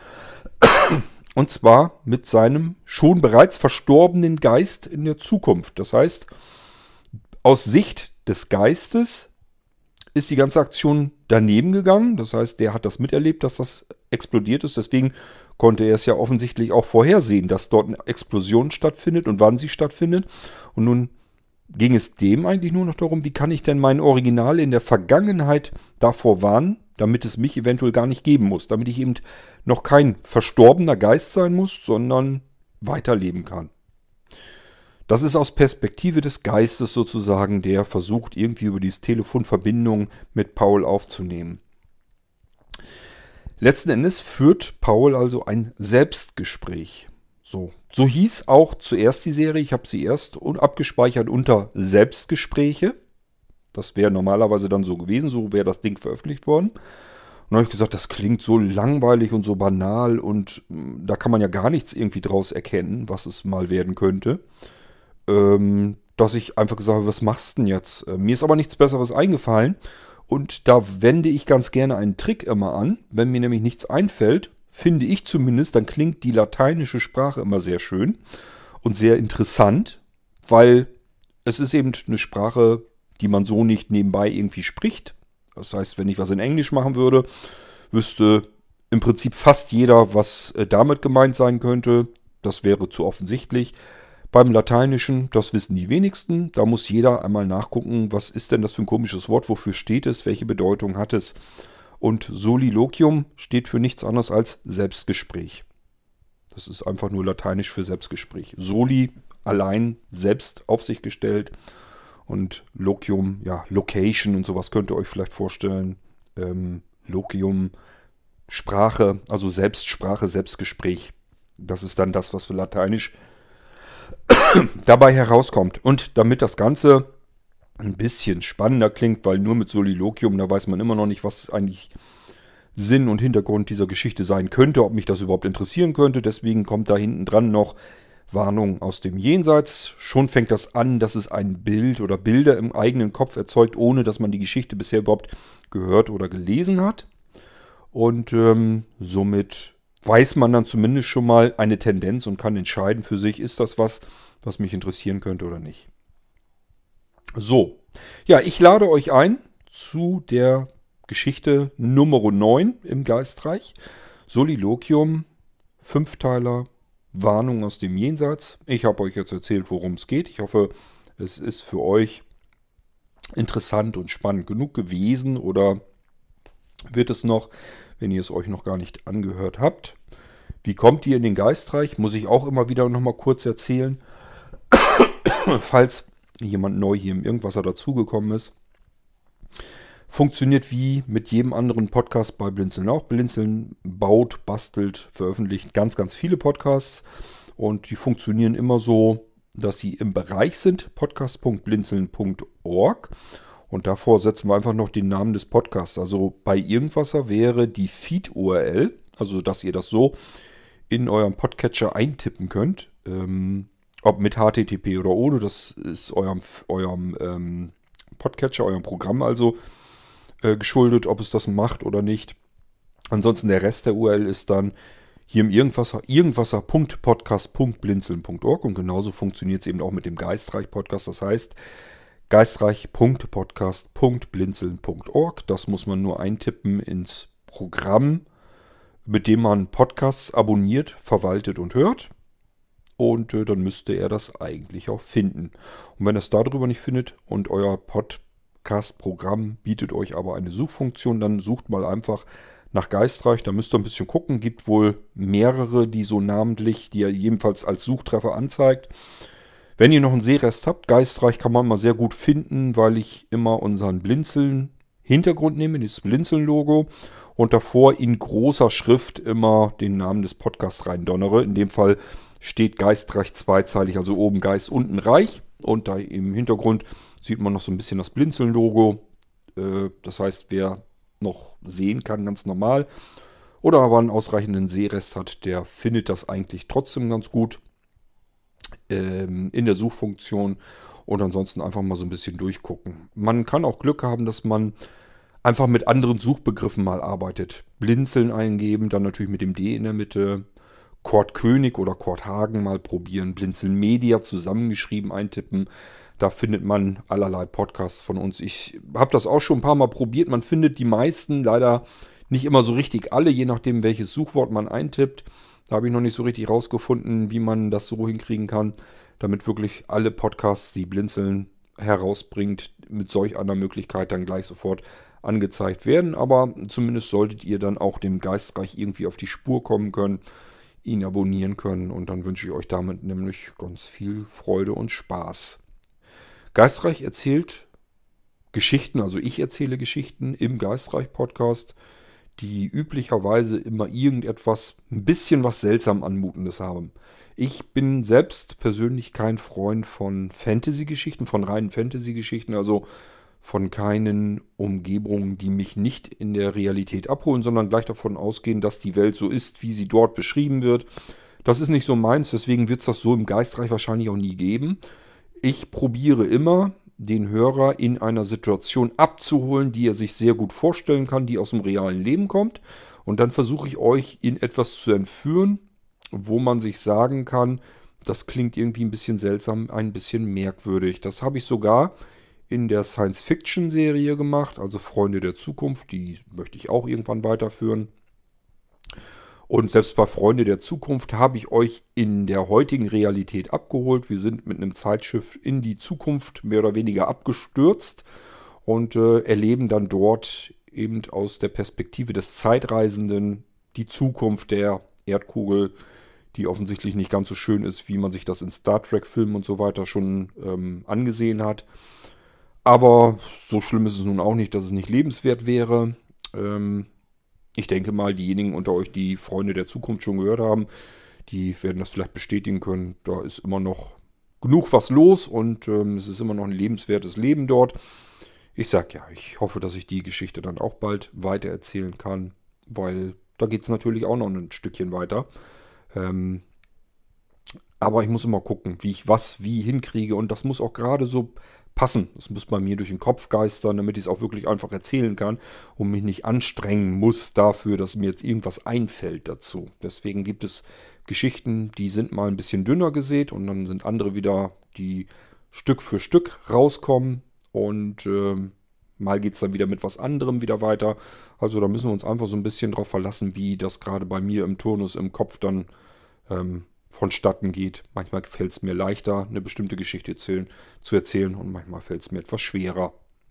Und zwar mit seinem schon bereits verstorbenen Geist in der Zukunft. Das heißt, aus Sicht des Geistes ist die ganze Aktion daneben gegangen. Das heißt, der hat das miterlebt, dass das explodiert ist. Deswegen konnte er es ja offensichtlich auch vorhersehen, dass dort eine Explosion stattfindet und wann sie stattfindet. Und nun ging es dem eigentlich nur noch darum, wie kann ich denn mein Original in der Vergangenheit davor warnen, damit es mich eventuell gar nicht geben muss, damit ich eben noch kein verstorbener Geist sein muss, sondern weiterleben kann. Das ist aus Perspektive des Geistes sozusagen, der versucht, irgendwie über diese Telefonverbindung mit Paul aufzunehmen. Letzten Endes führt Paul also ein Selbstgespräch. So, so hieß auch zuerst die Serie. Ich habe sie erst abgespeichert unter Selbstgespräche. Das wäre normalerweise dann so gewesen, so wäre das Ding veröffentlicht worden. Und dann habe ich gesagt, das klingt so langweilig und so banal und mh, da kann man ja gar nichts irgendwie draus erkennen, was es mal werden könnte. Ähm, dass ich einfach gesagt habe, was machst du denn jetzt? Äh, mir ist aber nichts Besseres eingefallen und da wende ich ganz gerne einen Trick immer an. Wenn mir nämlich nichts einfällt, finde ich zumindest, dann klingt die lateinische Sprache immer sehr schön und sehr interessant, weil es ist eben eine Sprache, die man so nicht nebenbei irgendwie spricht. Das heißt, wenn ich was in Englisch machen würde, wüsste im Prinzip fast jeder, was damit gemeint sein könnte. Das wäre zu offensichtlich. Beim Lateinischen, das wissen die wenigsten. Da muss jeder einmal nachgucken, was ist denn das für ein komisches Wort, wofür steht es, welche Bedeutung hat es. Und Soliloquium steht für nichts anderes als Selbstgespräch. Das ist einfach nur lateinisch für Selbstgespräch. Soli, allein, selbst auf sich gestellt. Und Loquium, ja, Location und sowas könnt ihr euch vielleicht vorstellen. Ähm, Loquium, Sprache, also Selbstsprache, Selbstgespräch. Das ist dann das, was für lateinisch dabei herauskommt. Und damit das Ganze ein bisschen spannender klingt, weil nur mit Soliloquium, da weiß man immer noch nicht, was eigentlich Sinn und Hintergrund dieser Geschichte sein könnte, ob mich das überhaupt interessieren könnte. Deswegen kommt da hinten dran noch Warnung aus dem Jenseits. Schon fängt das an, dass es ein Bild oder Bilder im eigenen Kopf erzeugt, ohne dass man die Geschichte bisher überhaupt gehört oder gelesen hat. Und ähm, somit weiß man dann zumindest schon mal eine Tendenz und kann entscheiden für sich, ist das was, was mich interessieren könnte oder nicht. So, ja, ich lade euch ein zu der Geschichte Nummer neun im Geistreich. Soliloquium, Fünfteiler, Warnung aus dem Jenseits. Ich habe euch jetzt erzählt, worum es geht. Ich hoffe, es ist für euch interessant und spannend genug gewesen oder wird es noch, wenn ihr es euch noch gar nicht angehört habt. Wie kommt ihr in den Geistreich? Muss ich auch immer wieder noch mal kurz erzählen. Falls jemand neu hier im Irgendwasser dazugekommen ist. Funktioniert wie mit jedem anderen Podcast bei Blinzeln auch. Blinzeln baut, bastelt, veröffentlicht ganz, ganz viele Podcasts. Und die funktionieren immer so, dass sie im Bereich sind, podcast punkt blinzeln punkt org. Und davor setzen wir einfach noch den Namen des Podcasts. Also bei Irgendwasser wäre die Feed-U R L, also dass ihr das so in eurem Podcatcher eintippen könnt. Ähm, ob mit H T T P oder ohne, das ist eurem, eurem ähm, Podcatcher, eurem Programm also äh, geschuldet, ob es das macht oder nicht. Ansonsten der Rest der U R L ist dann hier im Irgendwasser, irgendwasser punkt podcast punkt blinzeln punkt org und genauso funktioniert es eben auch mit dem Geistreich-Podcast. Das heißt, geistreich punkt podcast punkt blinzeln punkt org. Das muss man nur eintippen ins Programm, mit dem man Podcasts abonniert, verwaltet und hört. Und äh, dann müsste er das eigentlich auch finden. Und wenn er es darüber nicht findet und euer Podcast-Programm bietet euch aber eine Suchfunktion, dann sucht mal einfach nach Geistreich. Da müsst ihr ein bisschen gucken. Gibt wohl mehrere, die so namentlich, die er jedenfalls als Suchtreffer anzeigt. Wenn ihr noch einen Sehrest habt, Geistreich kann man mal sehr gut finden, weil ich immer unseren Blinzeln-Hintergrund nehme, das Blinzeln-Logo, und davor in großer Schrift immer den Namen des Podcasts reindonnere. In dem Fall steht Geistreich zweizeilig, also oben Geist, unten Reich. Und da im Hintergrund sieht man noch so ein bisschen das Blinzeln-Logo. Äh, das heißt, wer noch sehen kann, ganz normal, oder aber einen ausreichenden Sehrest hat, der findet das eigentlich trotzdem ganz gut ähm, in der Suchfunktion und ansonsten einfach mal so ein bisschen durchgucken. Man kann auch Glück haben, dass man einfach mit anderen Suchbegriffen mal arbeitet. Blinzeln eingeben, dann natürlich mit dem D in der Mitte, Kurt König oder Kurt Hagen mal probieren, Blinzeln Media zusammengeschrieben eintippen. Da findet man allerlei Podcasts von uns. Ich habe das auch schon ein paar Mal probiert. Man findet die meisten, leider nicht immer so richtig alle, je nachdem welches Suchwort man eintippt. Da habe ich noch nicht so richtig rausgefunden, wie man das so hinkriegen kann, damit wirklich alle Podcasts, die Blinzeln herausbringt, mit solch einer Möglichkeit dann gleich sofort angezeigt werden. Aber zumindest solltet ihr dann auch dem Geistreich irgendwie auf die Spur kommen können, ihn abonnieren können und dann wünsche ich euch damit nämlich ganz viel Freude und Spaß. Geistreich erzählt Geschichten, also ich erzähle Geschichten im Geistreich-Podcast, die üblicherweise immer irgendetwas, ein bisschen was seltsam Anmutendes haben. Ich bin selbst persönlich kein Freund von Fantasy-Geschichten, von reinen Fantasy-Geschichten, also von keinen Umgebungen, die mich nicht in der Realität abholen, sondern gleich davon ausgehen, dass die Welt so ist, wie sie dort beschrieben wird. Das ist nicht so meins, deswegen wird es das so im Geistreich wahrscheinlich auch nie geben. Ich probiere immer, den Hörer in einer Situation abzuholen, die er sich sehr gut vorstellen kann, die aus dem realen Leben kommt. Und dann versuche ich euch in etwas zu entführen, wo man sich sagen kann, das klingt irgendwie ein bisschen seltsam, ein bisschen merkwürdig. Das habe ich sogar in der Science-Fiction-Serie gemacht, also Freunde der Zukunft, die möchte ich auch irgendwann weiterführen. Und selbst bei Freunde der Zukunft habe ich euch in der heutigen Realität abgeholt. Wir sind mit einem Zeitschiff in die Zukunft mehr oder weniger abgestürzt und äh, erleben dann dort eben aus der Perspektive des Zeitreisenden die Zukunft der Erdkugel, die offensichtlich nicht ganz so schön ist, wie man sich das in Star Trek-Filmen und so weiter schon ähm, angesehen hat. Aber so schlimm ist es nun auch nicht, dass es nicht lebenswert wäre. Ähm, Ich denke mal, diejenigen unter euch, die Freunde der Zukunft schon gehört haben, die werden das vielleicht bestätigen können. Da ist immer noch genug was los und ähm, es ist immer noch ein lebenswertes Leben dort. Ich sag ja, ich hoffe, dass ich die Geschichte dann auch bald weitererzählen kann, weil da geht es natürlich auch noch ein Stückchen weiter. Ähm, aber ich muss immer gucken, wie ich was wie hinkriege und das muss auch gerade so passen. Das muss bei mir durch den Kopf geistern, damit ich es auch wirklich einfach erzählen kann und mich nicht anstrengen muss dafür, dass mir jetzt irgendwas einfällt dazu. Deswegen gibt es Geschichten, die sind mal ein bisschen dünner gesät und dann sind andere wieder, die Stück für Stück rauskommen und ähm, mal geht es dann wieder mit was anderem wieder weiter. Also da müssen wir uns einfach so ein bisschen drauf verlassen, wie das gerade bei mir im Turnus im Kopf dann ähm, vonstatten geht. Manchmal fällt es mir leichter, eine bestimmte Geschichte erzählen, zu erzählen und manchmal fällt es mir etwas schwerer.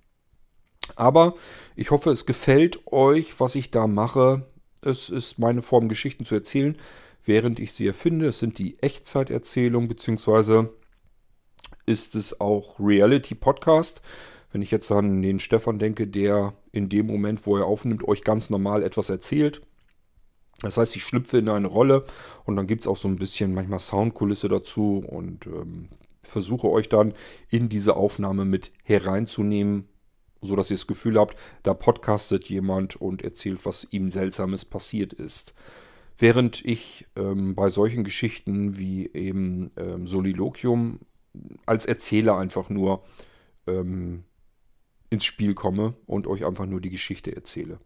Aber ich hoffe, es gefällt euch, was ich da mache. Es ist meine Form, Geschichten zu erzählen, während ich sie erfinde. Es sind die Echtzeiterzählungen, beziehungsweise ist es auch Reality-Podcast. Wenn ich jetzt an den Stefan denke, der in dem Moment, wo er aufnimmt, euch ganz normal etwas erzählt. Das heißt, ich schlüpfe in eine Rolle und dann gibt es auch so ein bisschen manchmal Soundkulisse dazu und ähm, versuche euch dann in diese Aufnahme mit hereinzunehmen, sodass ihr das Gefühl habt, da podcastet jemand und erzählt, was ihm Seltsames passiert ist. Während ich ähm, bei solchen Geschichten wie eben ähm, Soliloquium als Erzähler einfach nur ähm, ins Spiel komme und euch einfach nur die Geschichte erzähle.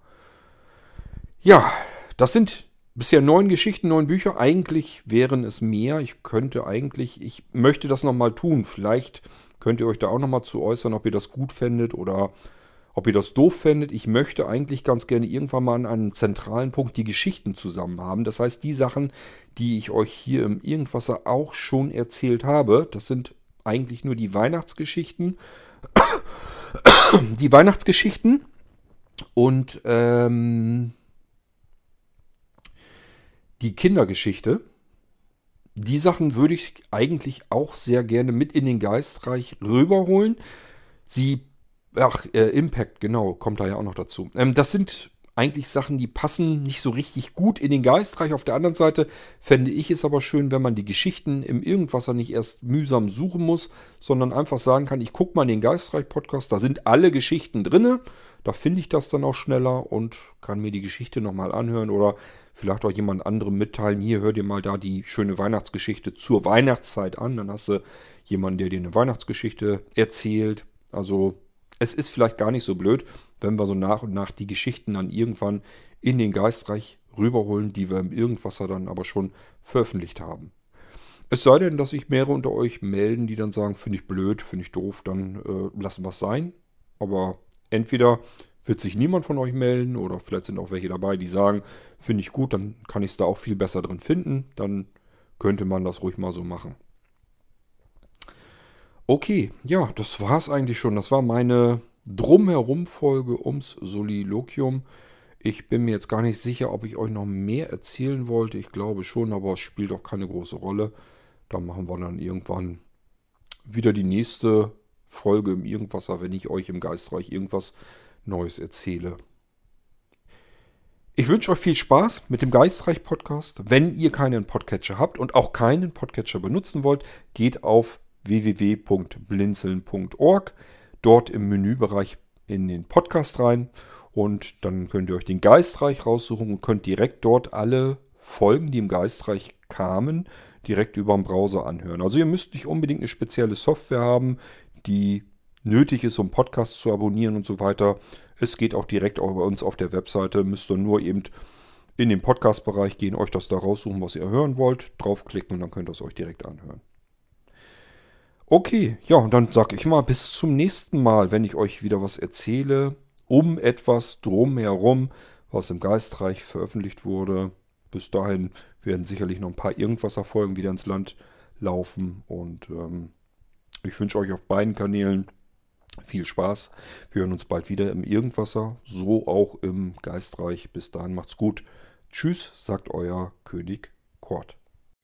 Ja, das sind bisher neun Geschichten, neun Bücher. Eigentlich wären es mehr. Ich könnte eigentlich, ich möchte das nochmal tun. Vielleicht könnt ihr euch da auch nochmal zu äußern, ob ihr das gut fändet oder ob ihr das doof fändet. Ich möchte eigentlich ganz gerne irgendwann mal an einem zentralen Punkt die Geschichten zusammen haben. Das heißt, die Sachen, die ich euch hier im Irgendwasser auch schon erzählt habe, das sind eigentlich nur die Weihnachtsgeschichten. Die Weihnachtsgeschichten und ähm, die Kindergeschichte. Die Sachen würde ich eigentlich auch sehr gerne mit in den Geistreich rüberholen. Sie, ach, äh, Impact, genau, kommt da ja auch noch dazu. Ähm, das sind eigentlich Sachen, die passen nicht so richtig gut in den Geistreich. Auf der anderen Seite fände ich es aber schön, wenn man die Geschichten im Irgendwasser nicht erst mühsam suchen muss, sondern einfach sagen kann, ich gucke mal in den Geistreich-Podcast, da sind alle Geschichten drin. Da finde ich das dann auch schneller und kann mir die Geschichte nochmal anhören oder vielleicht auch jemand anderem mitteilen. Hier, hör dir mal da die schöne Weihnachtsgeschichte zur Weihnachtszeit an. Dann hast du jemanden, der dir eine Weihnachtsgeschichte erzählt. Also es ist vielleicht gar nicht so blöd, wenn wir so nach und nach die Geschichten dann irgendwann in den Geistreich rüberholen, die wir im Irgendwasser dann aber schon veröffentlicht haben. Es sei denn, dass sich mehrere unter euch melden, die dann sagen, finde ich blöd, finde ich doof, dann äh, lassen wir es sein. Aber entweder wird sich niemand von euch melden oder vielleicht sind auch welche dabei, die sagen, finde ich gut, dann kann ich es da auch viel besser drin finden. Dann könnte man das ruhig mal so machen. Okay, ja, das war es eigentlich schon. Das war meine Drumherum-Folge ums Soliloquium. Ich bin mir jetzt gar nicht sicher, ob ich euch noch mehr erzählen wollte. Ich glaube schon, aber es spielt auch keine große Rolle. Da machen wir dann irgendwann wieder die nächste Folge im Irgendwasser, wenn ich euch im Geistreich irgendwas Neues erzähle. Ich wünsche euch viel Spaß mit dem Geistreich-Podcast. Wenn ihr keinen Podcatcher habt und auch keinen Podcatcher benutzen wollt, geht auf w w w punkt blinzeln punkt org, dort im Menübereich in den Podcast rein und dann könnt ihr euch den Geistreich raussuchen und könnt direkt dort alle Folgen, die im Geistreich kamen, direkt über den Browser anhören. Also ihr müsst nicht unbedingt eine spezielle Software haben, die nötig ist, um Podcasts zu abonnieren und so weiter. Es geht auch direkt auch bei uns auf der Webseite. Müsst ihr nur eben in den Podcast-Bereich gehen, euch das da raussuchen, was ihr hören wollt, draufklicken und dann könnt ihr es euch direkt anhören. Okay, ja, und dann sage ich mal bis zum nächsten Mal, wenn ich euch wieder was erzähle, um etwas drumherum, was im Geistreich veröffentlicht wurde. Bis dahin werden sicherlich noch ein paar Irgendwasser-Folgen wieder ins Land laufen und ähm, ich wünsche euch auf beiden Kanälen viel Spaß. Wir hören uns bald wieder im Irgendwasser, so auch im Geistreich. Bis dahin macht's gut. Tschüss, sagt euer König Kort.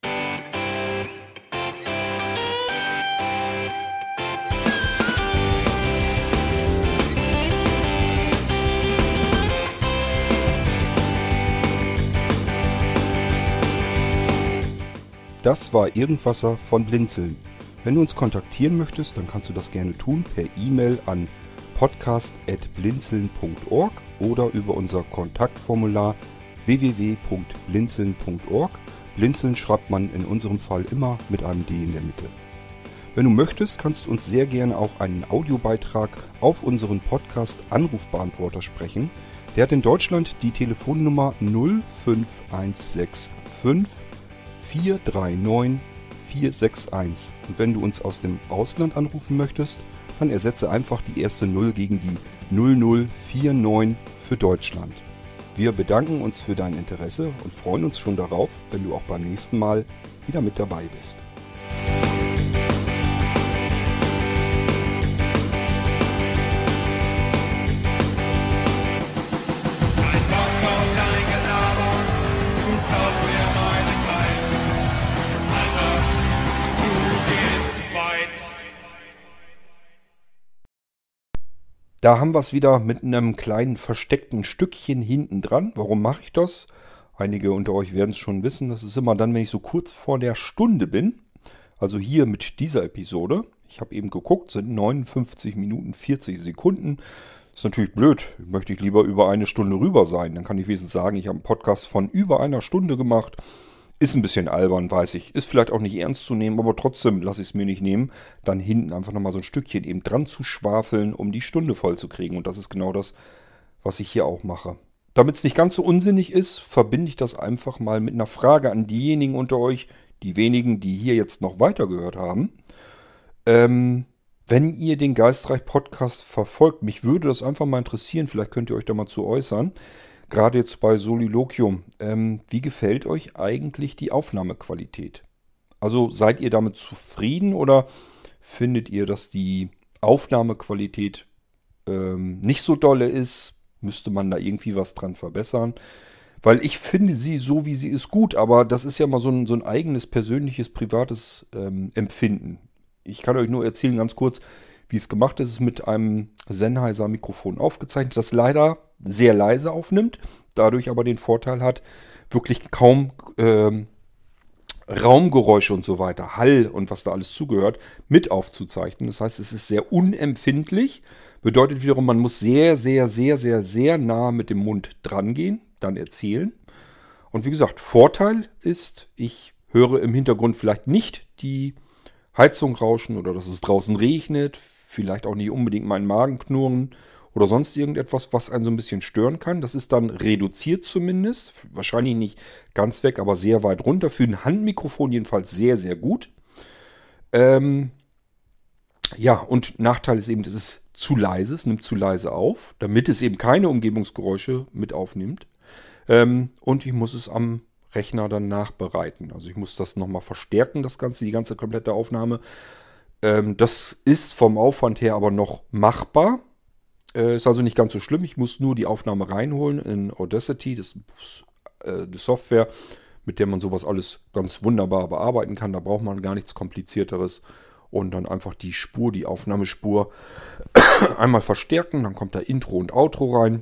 Das war Irgendwasser von Blinzeln. Wenn du uns kontaktieren möchtest, dann kannst du das gerne tun per E-Mail an podcast at blinzeln punkt org oder über unser Kontaktformular w w w punkt blinzeln punkt org. Blinzeln schreibt man in unserem Fall immer mit einem D in der Mitte. Wenn du möchtest, kannst du uns sehr gerne auch einen Audiobeitrag auf unseren Podcast Anrufbeantworter sprechen. Der hat in Deutschland die Telefonnummer null fünf eins sechs fünf vier drei neun vier sechs eins. Und wenn du uns aus dem Ausland anrufen möchtest, dann ersetze einfach die erste null gegen die null null vier neun für Deutschland. Wir bedanken uns für dein Interesse und freuen uns schon darauf, wenn du auch beim nächsten Mal wieder mit dabei bist. Da haben wir es wieder mit einem kleinen versteckten Stückchen hinten dran. Warum mache ich das? Einige unter euch werden es schon wissen. Das ist immer dann, wenn ich so kurz vor der Stunde bin. Also hier mit dieser Episode. Ich habe eben geguckt, sind neunundfünfzig Minuten vierzig Sekunden. Ist natürlich blöd. Möchte ich lieber über eine Stunde rüber sein. Dann kann ich wenigstens sagen, ich habe einen Podcast von über einer Stunde gemacht. Ist ein bisschen albern, weiß ich. Ist vielleicht auch nicht ernst zu nehmen, aber trotzdem lasse ich es mir nicht nehmen, dann hinten einfach nochmal so ein Stückchen eben dran zu schwafeln, um die Stunde voll zu kriegen. Und das ist genau das, was ich hier auch mache. Damit es nicht ganz so unsinnig ist, verbinde ich das einfach mal mit einer Frage an diejenigen unter euch, die wenigen, die hier jetzt noch weitergehört haben. Ähm, wenn ihr den Geistreich-Podcast verfolgt, mich würde das einfach mal interessieren, vielleicht könnt ihr euch da mal zu äußern. Gerade jetzt bei Soliloquium. Ähm, wie gefällt euch eigentlich die Aufnahmequalität? Also seid ihr damit zufrieden oder findet ihr, dass die Aufnahmequalität ähm, nicht so dolle ist? Müsste man da irgendwie was dran verbessern? Weil ich finde sie so, wie sie ist, gut, aber das ist ja mal so ein, so ein eigenes, persönliches, privates ähm, Empfinden. Ich kann euch nur erzählen, ganz kurz, wie es gemacht ist. Es ist mit einem Sennheiser-Mikrofon aufgezeichnet, das leider sehr leise aufnimmt, dadurch aber den Vorteil hat, wirklich kaum ähm, Raumgeräusche und so weiter, Hall und was da alles zugehört, mit aufzuzeichnen. Das heißt, es ist sehr unempfindlich, bedeutet wiederum, man muss sehr, sehr, sehr, sehr, sehr nah mit dem Mund dran gehen, dann erzählen. Und wie gesagt, Vorteil ist, ich höre im Hintergrund vielleicht nicht die Heizung rauschen oder dass es draußen regnet, vielleicht auch nicht unbedingt meinen Magen knurren oder sonst irgendetwas, was einen so ein bisschen stören kann. Das ist dann reduziert zumindest, wahrscheinlich nicht ganz weg, aber sehr weit runter. Für ein Handmikrofon jedenfalls sehr, sehr gut. Ähm, ja, und Nachteil ist eben, es ist zu leise, es nimmt zu leise auf, damit es eben keine Umgebungsgeräusche mit aufnimmt. Ähm, und ich muss es am Rechner dann nachbereiten. Also ich muss das nochmal verstärken, das Ganze, die ganze komplette Aufnahme. Ähm, das ist vom Aufwand her aber noch machbar. Äh, ist also nicht ganz so schlimm. Ich muss nur die Aufnahme reinholen in Audacity. Das ist äh, die Software, mit der man sowas alles ganz wunderbar bearbeiten kann. Da braucht man gar nichts Komplizierteres. Und dann einfach die Spur, die Aufnahmespur einmal verstärken. Dann kommt da Intro und Outro rein.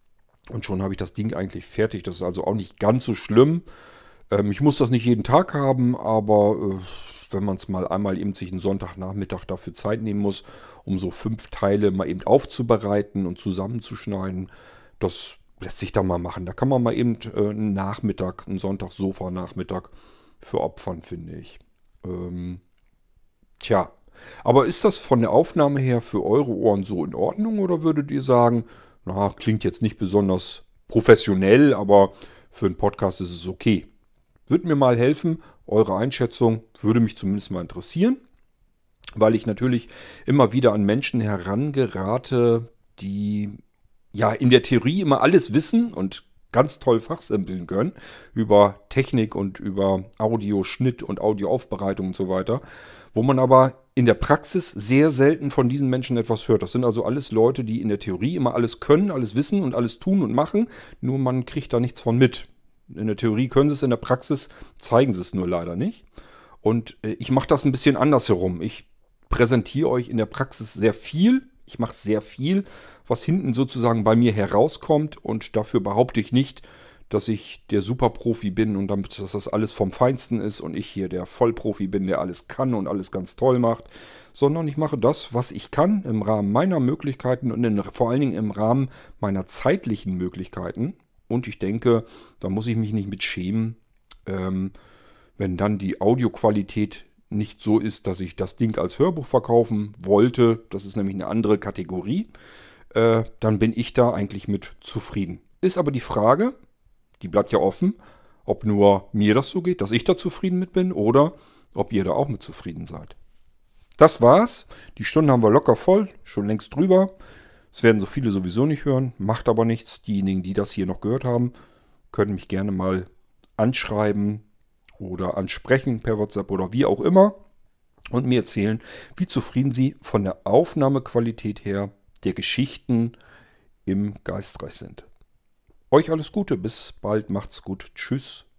Und schon habe ich das Ding eigentlich fertig. Das ist also auch nicht ganz so schlimm. Ähm, ich muss das nicht jeden Tag haben, aber äh, wenn man es mal einmal eben sich einen Sonntagnachmittag dafür Zeit nehmen muss, um so fünf Teile mal eben aufzubereiten und zusammenzuschneiden, das lässt sich da mal machen. Da kann man mal eben äh, einen Nachmittag, einen Sonntag-Sofa-Nachmittag für opfern, finde ich. Ähm, tja, aber ist das von der Aufnahme her für eure Ohren so in Ordnung oder würdet ihr sagen, na, klingt jetzt nicht besonders professionell, aber für einen Podcast ist es okay? Würde mir mal helfen, eure Einschätzung würde mich zumindest mal interessieren, weil ich natürlich immer wieder an Menschen herangerate, die ja in der Theorie immer alles wissen und ganz toll fachsimpeln können über Technik und über Audioschnitt und Audioaufbereitung und so weiter, wo man aber in der Praxis sehr selten von diesen Menschen etwas hört. Das sind also alles Leute, die in der Theorie immer alles können, alles wissen und alles tun und machen, nur man kriegt da nichts von mit. In der Theorie können sie es, in der Praxis zeigen sie es nur leider nicht. Und äh, ich mache das ein bisschen andersherum. Ich präsentiere euch in der Praxis sehr viel. Ich mache sehr viel, was hinten sozusagen bei mir herauskommt. Und dafür behaupte ich nicht, dass ich der Superprofi bin und damit, dass das alles vom Feinsten ist und ich hier der Vollprofi bin, der alles kann und alles ganz toll macht. Sondern ich mache das, was ich kann, im Rahmen meiner Möglichkeiten und in, vor allen Dingen im Rahmen meiner zeitlichen Möglichkeiten. Und ich denke, da muss ich mich nicht mit schämen, ähm, wenn dann die Audioqualität nicht so ist, dass ich das Ding als Hörbuch verkaufen wollte. Das ist nämlich eine andere Kategorie. Äh, dann bin ich da eigentlich mit zufrieden. Ist aber die Frage, die bleibt ja offen, ob nur mir das so geht, dass ich da zufrieden mit bin oder ob ihr da auch mit zufrieden seid. Das war's. Die Stunde haben wir locker voll, schon längst drüber. Es werden so viele sowieso nicht hören, macht aber nichts. Diejenigen, die das hier noch gehört haben, können mich gerne mal anschreiben oder ansprechen per WhatsApp oder wie auch immer und mir erzählen, wie zufrieden sie von der Aufnahmequalität her der Geschichten im Geistreich sind. Euch alles Gute, bis bald, macht's gut, tschüss.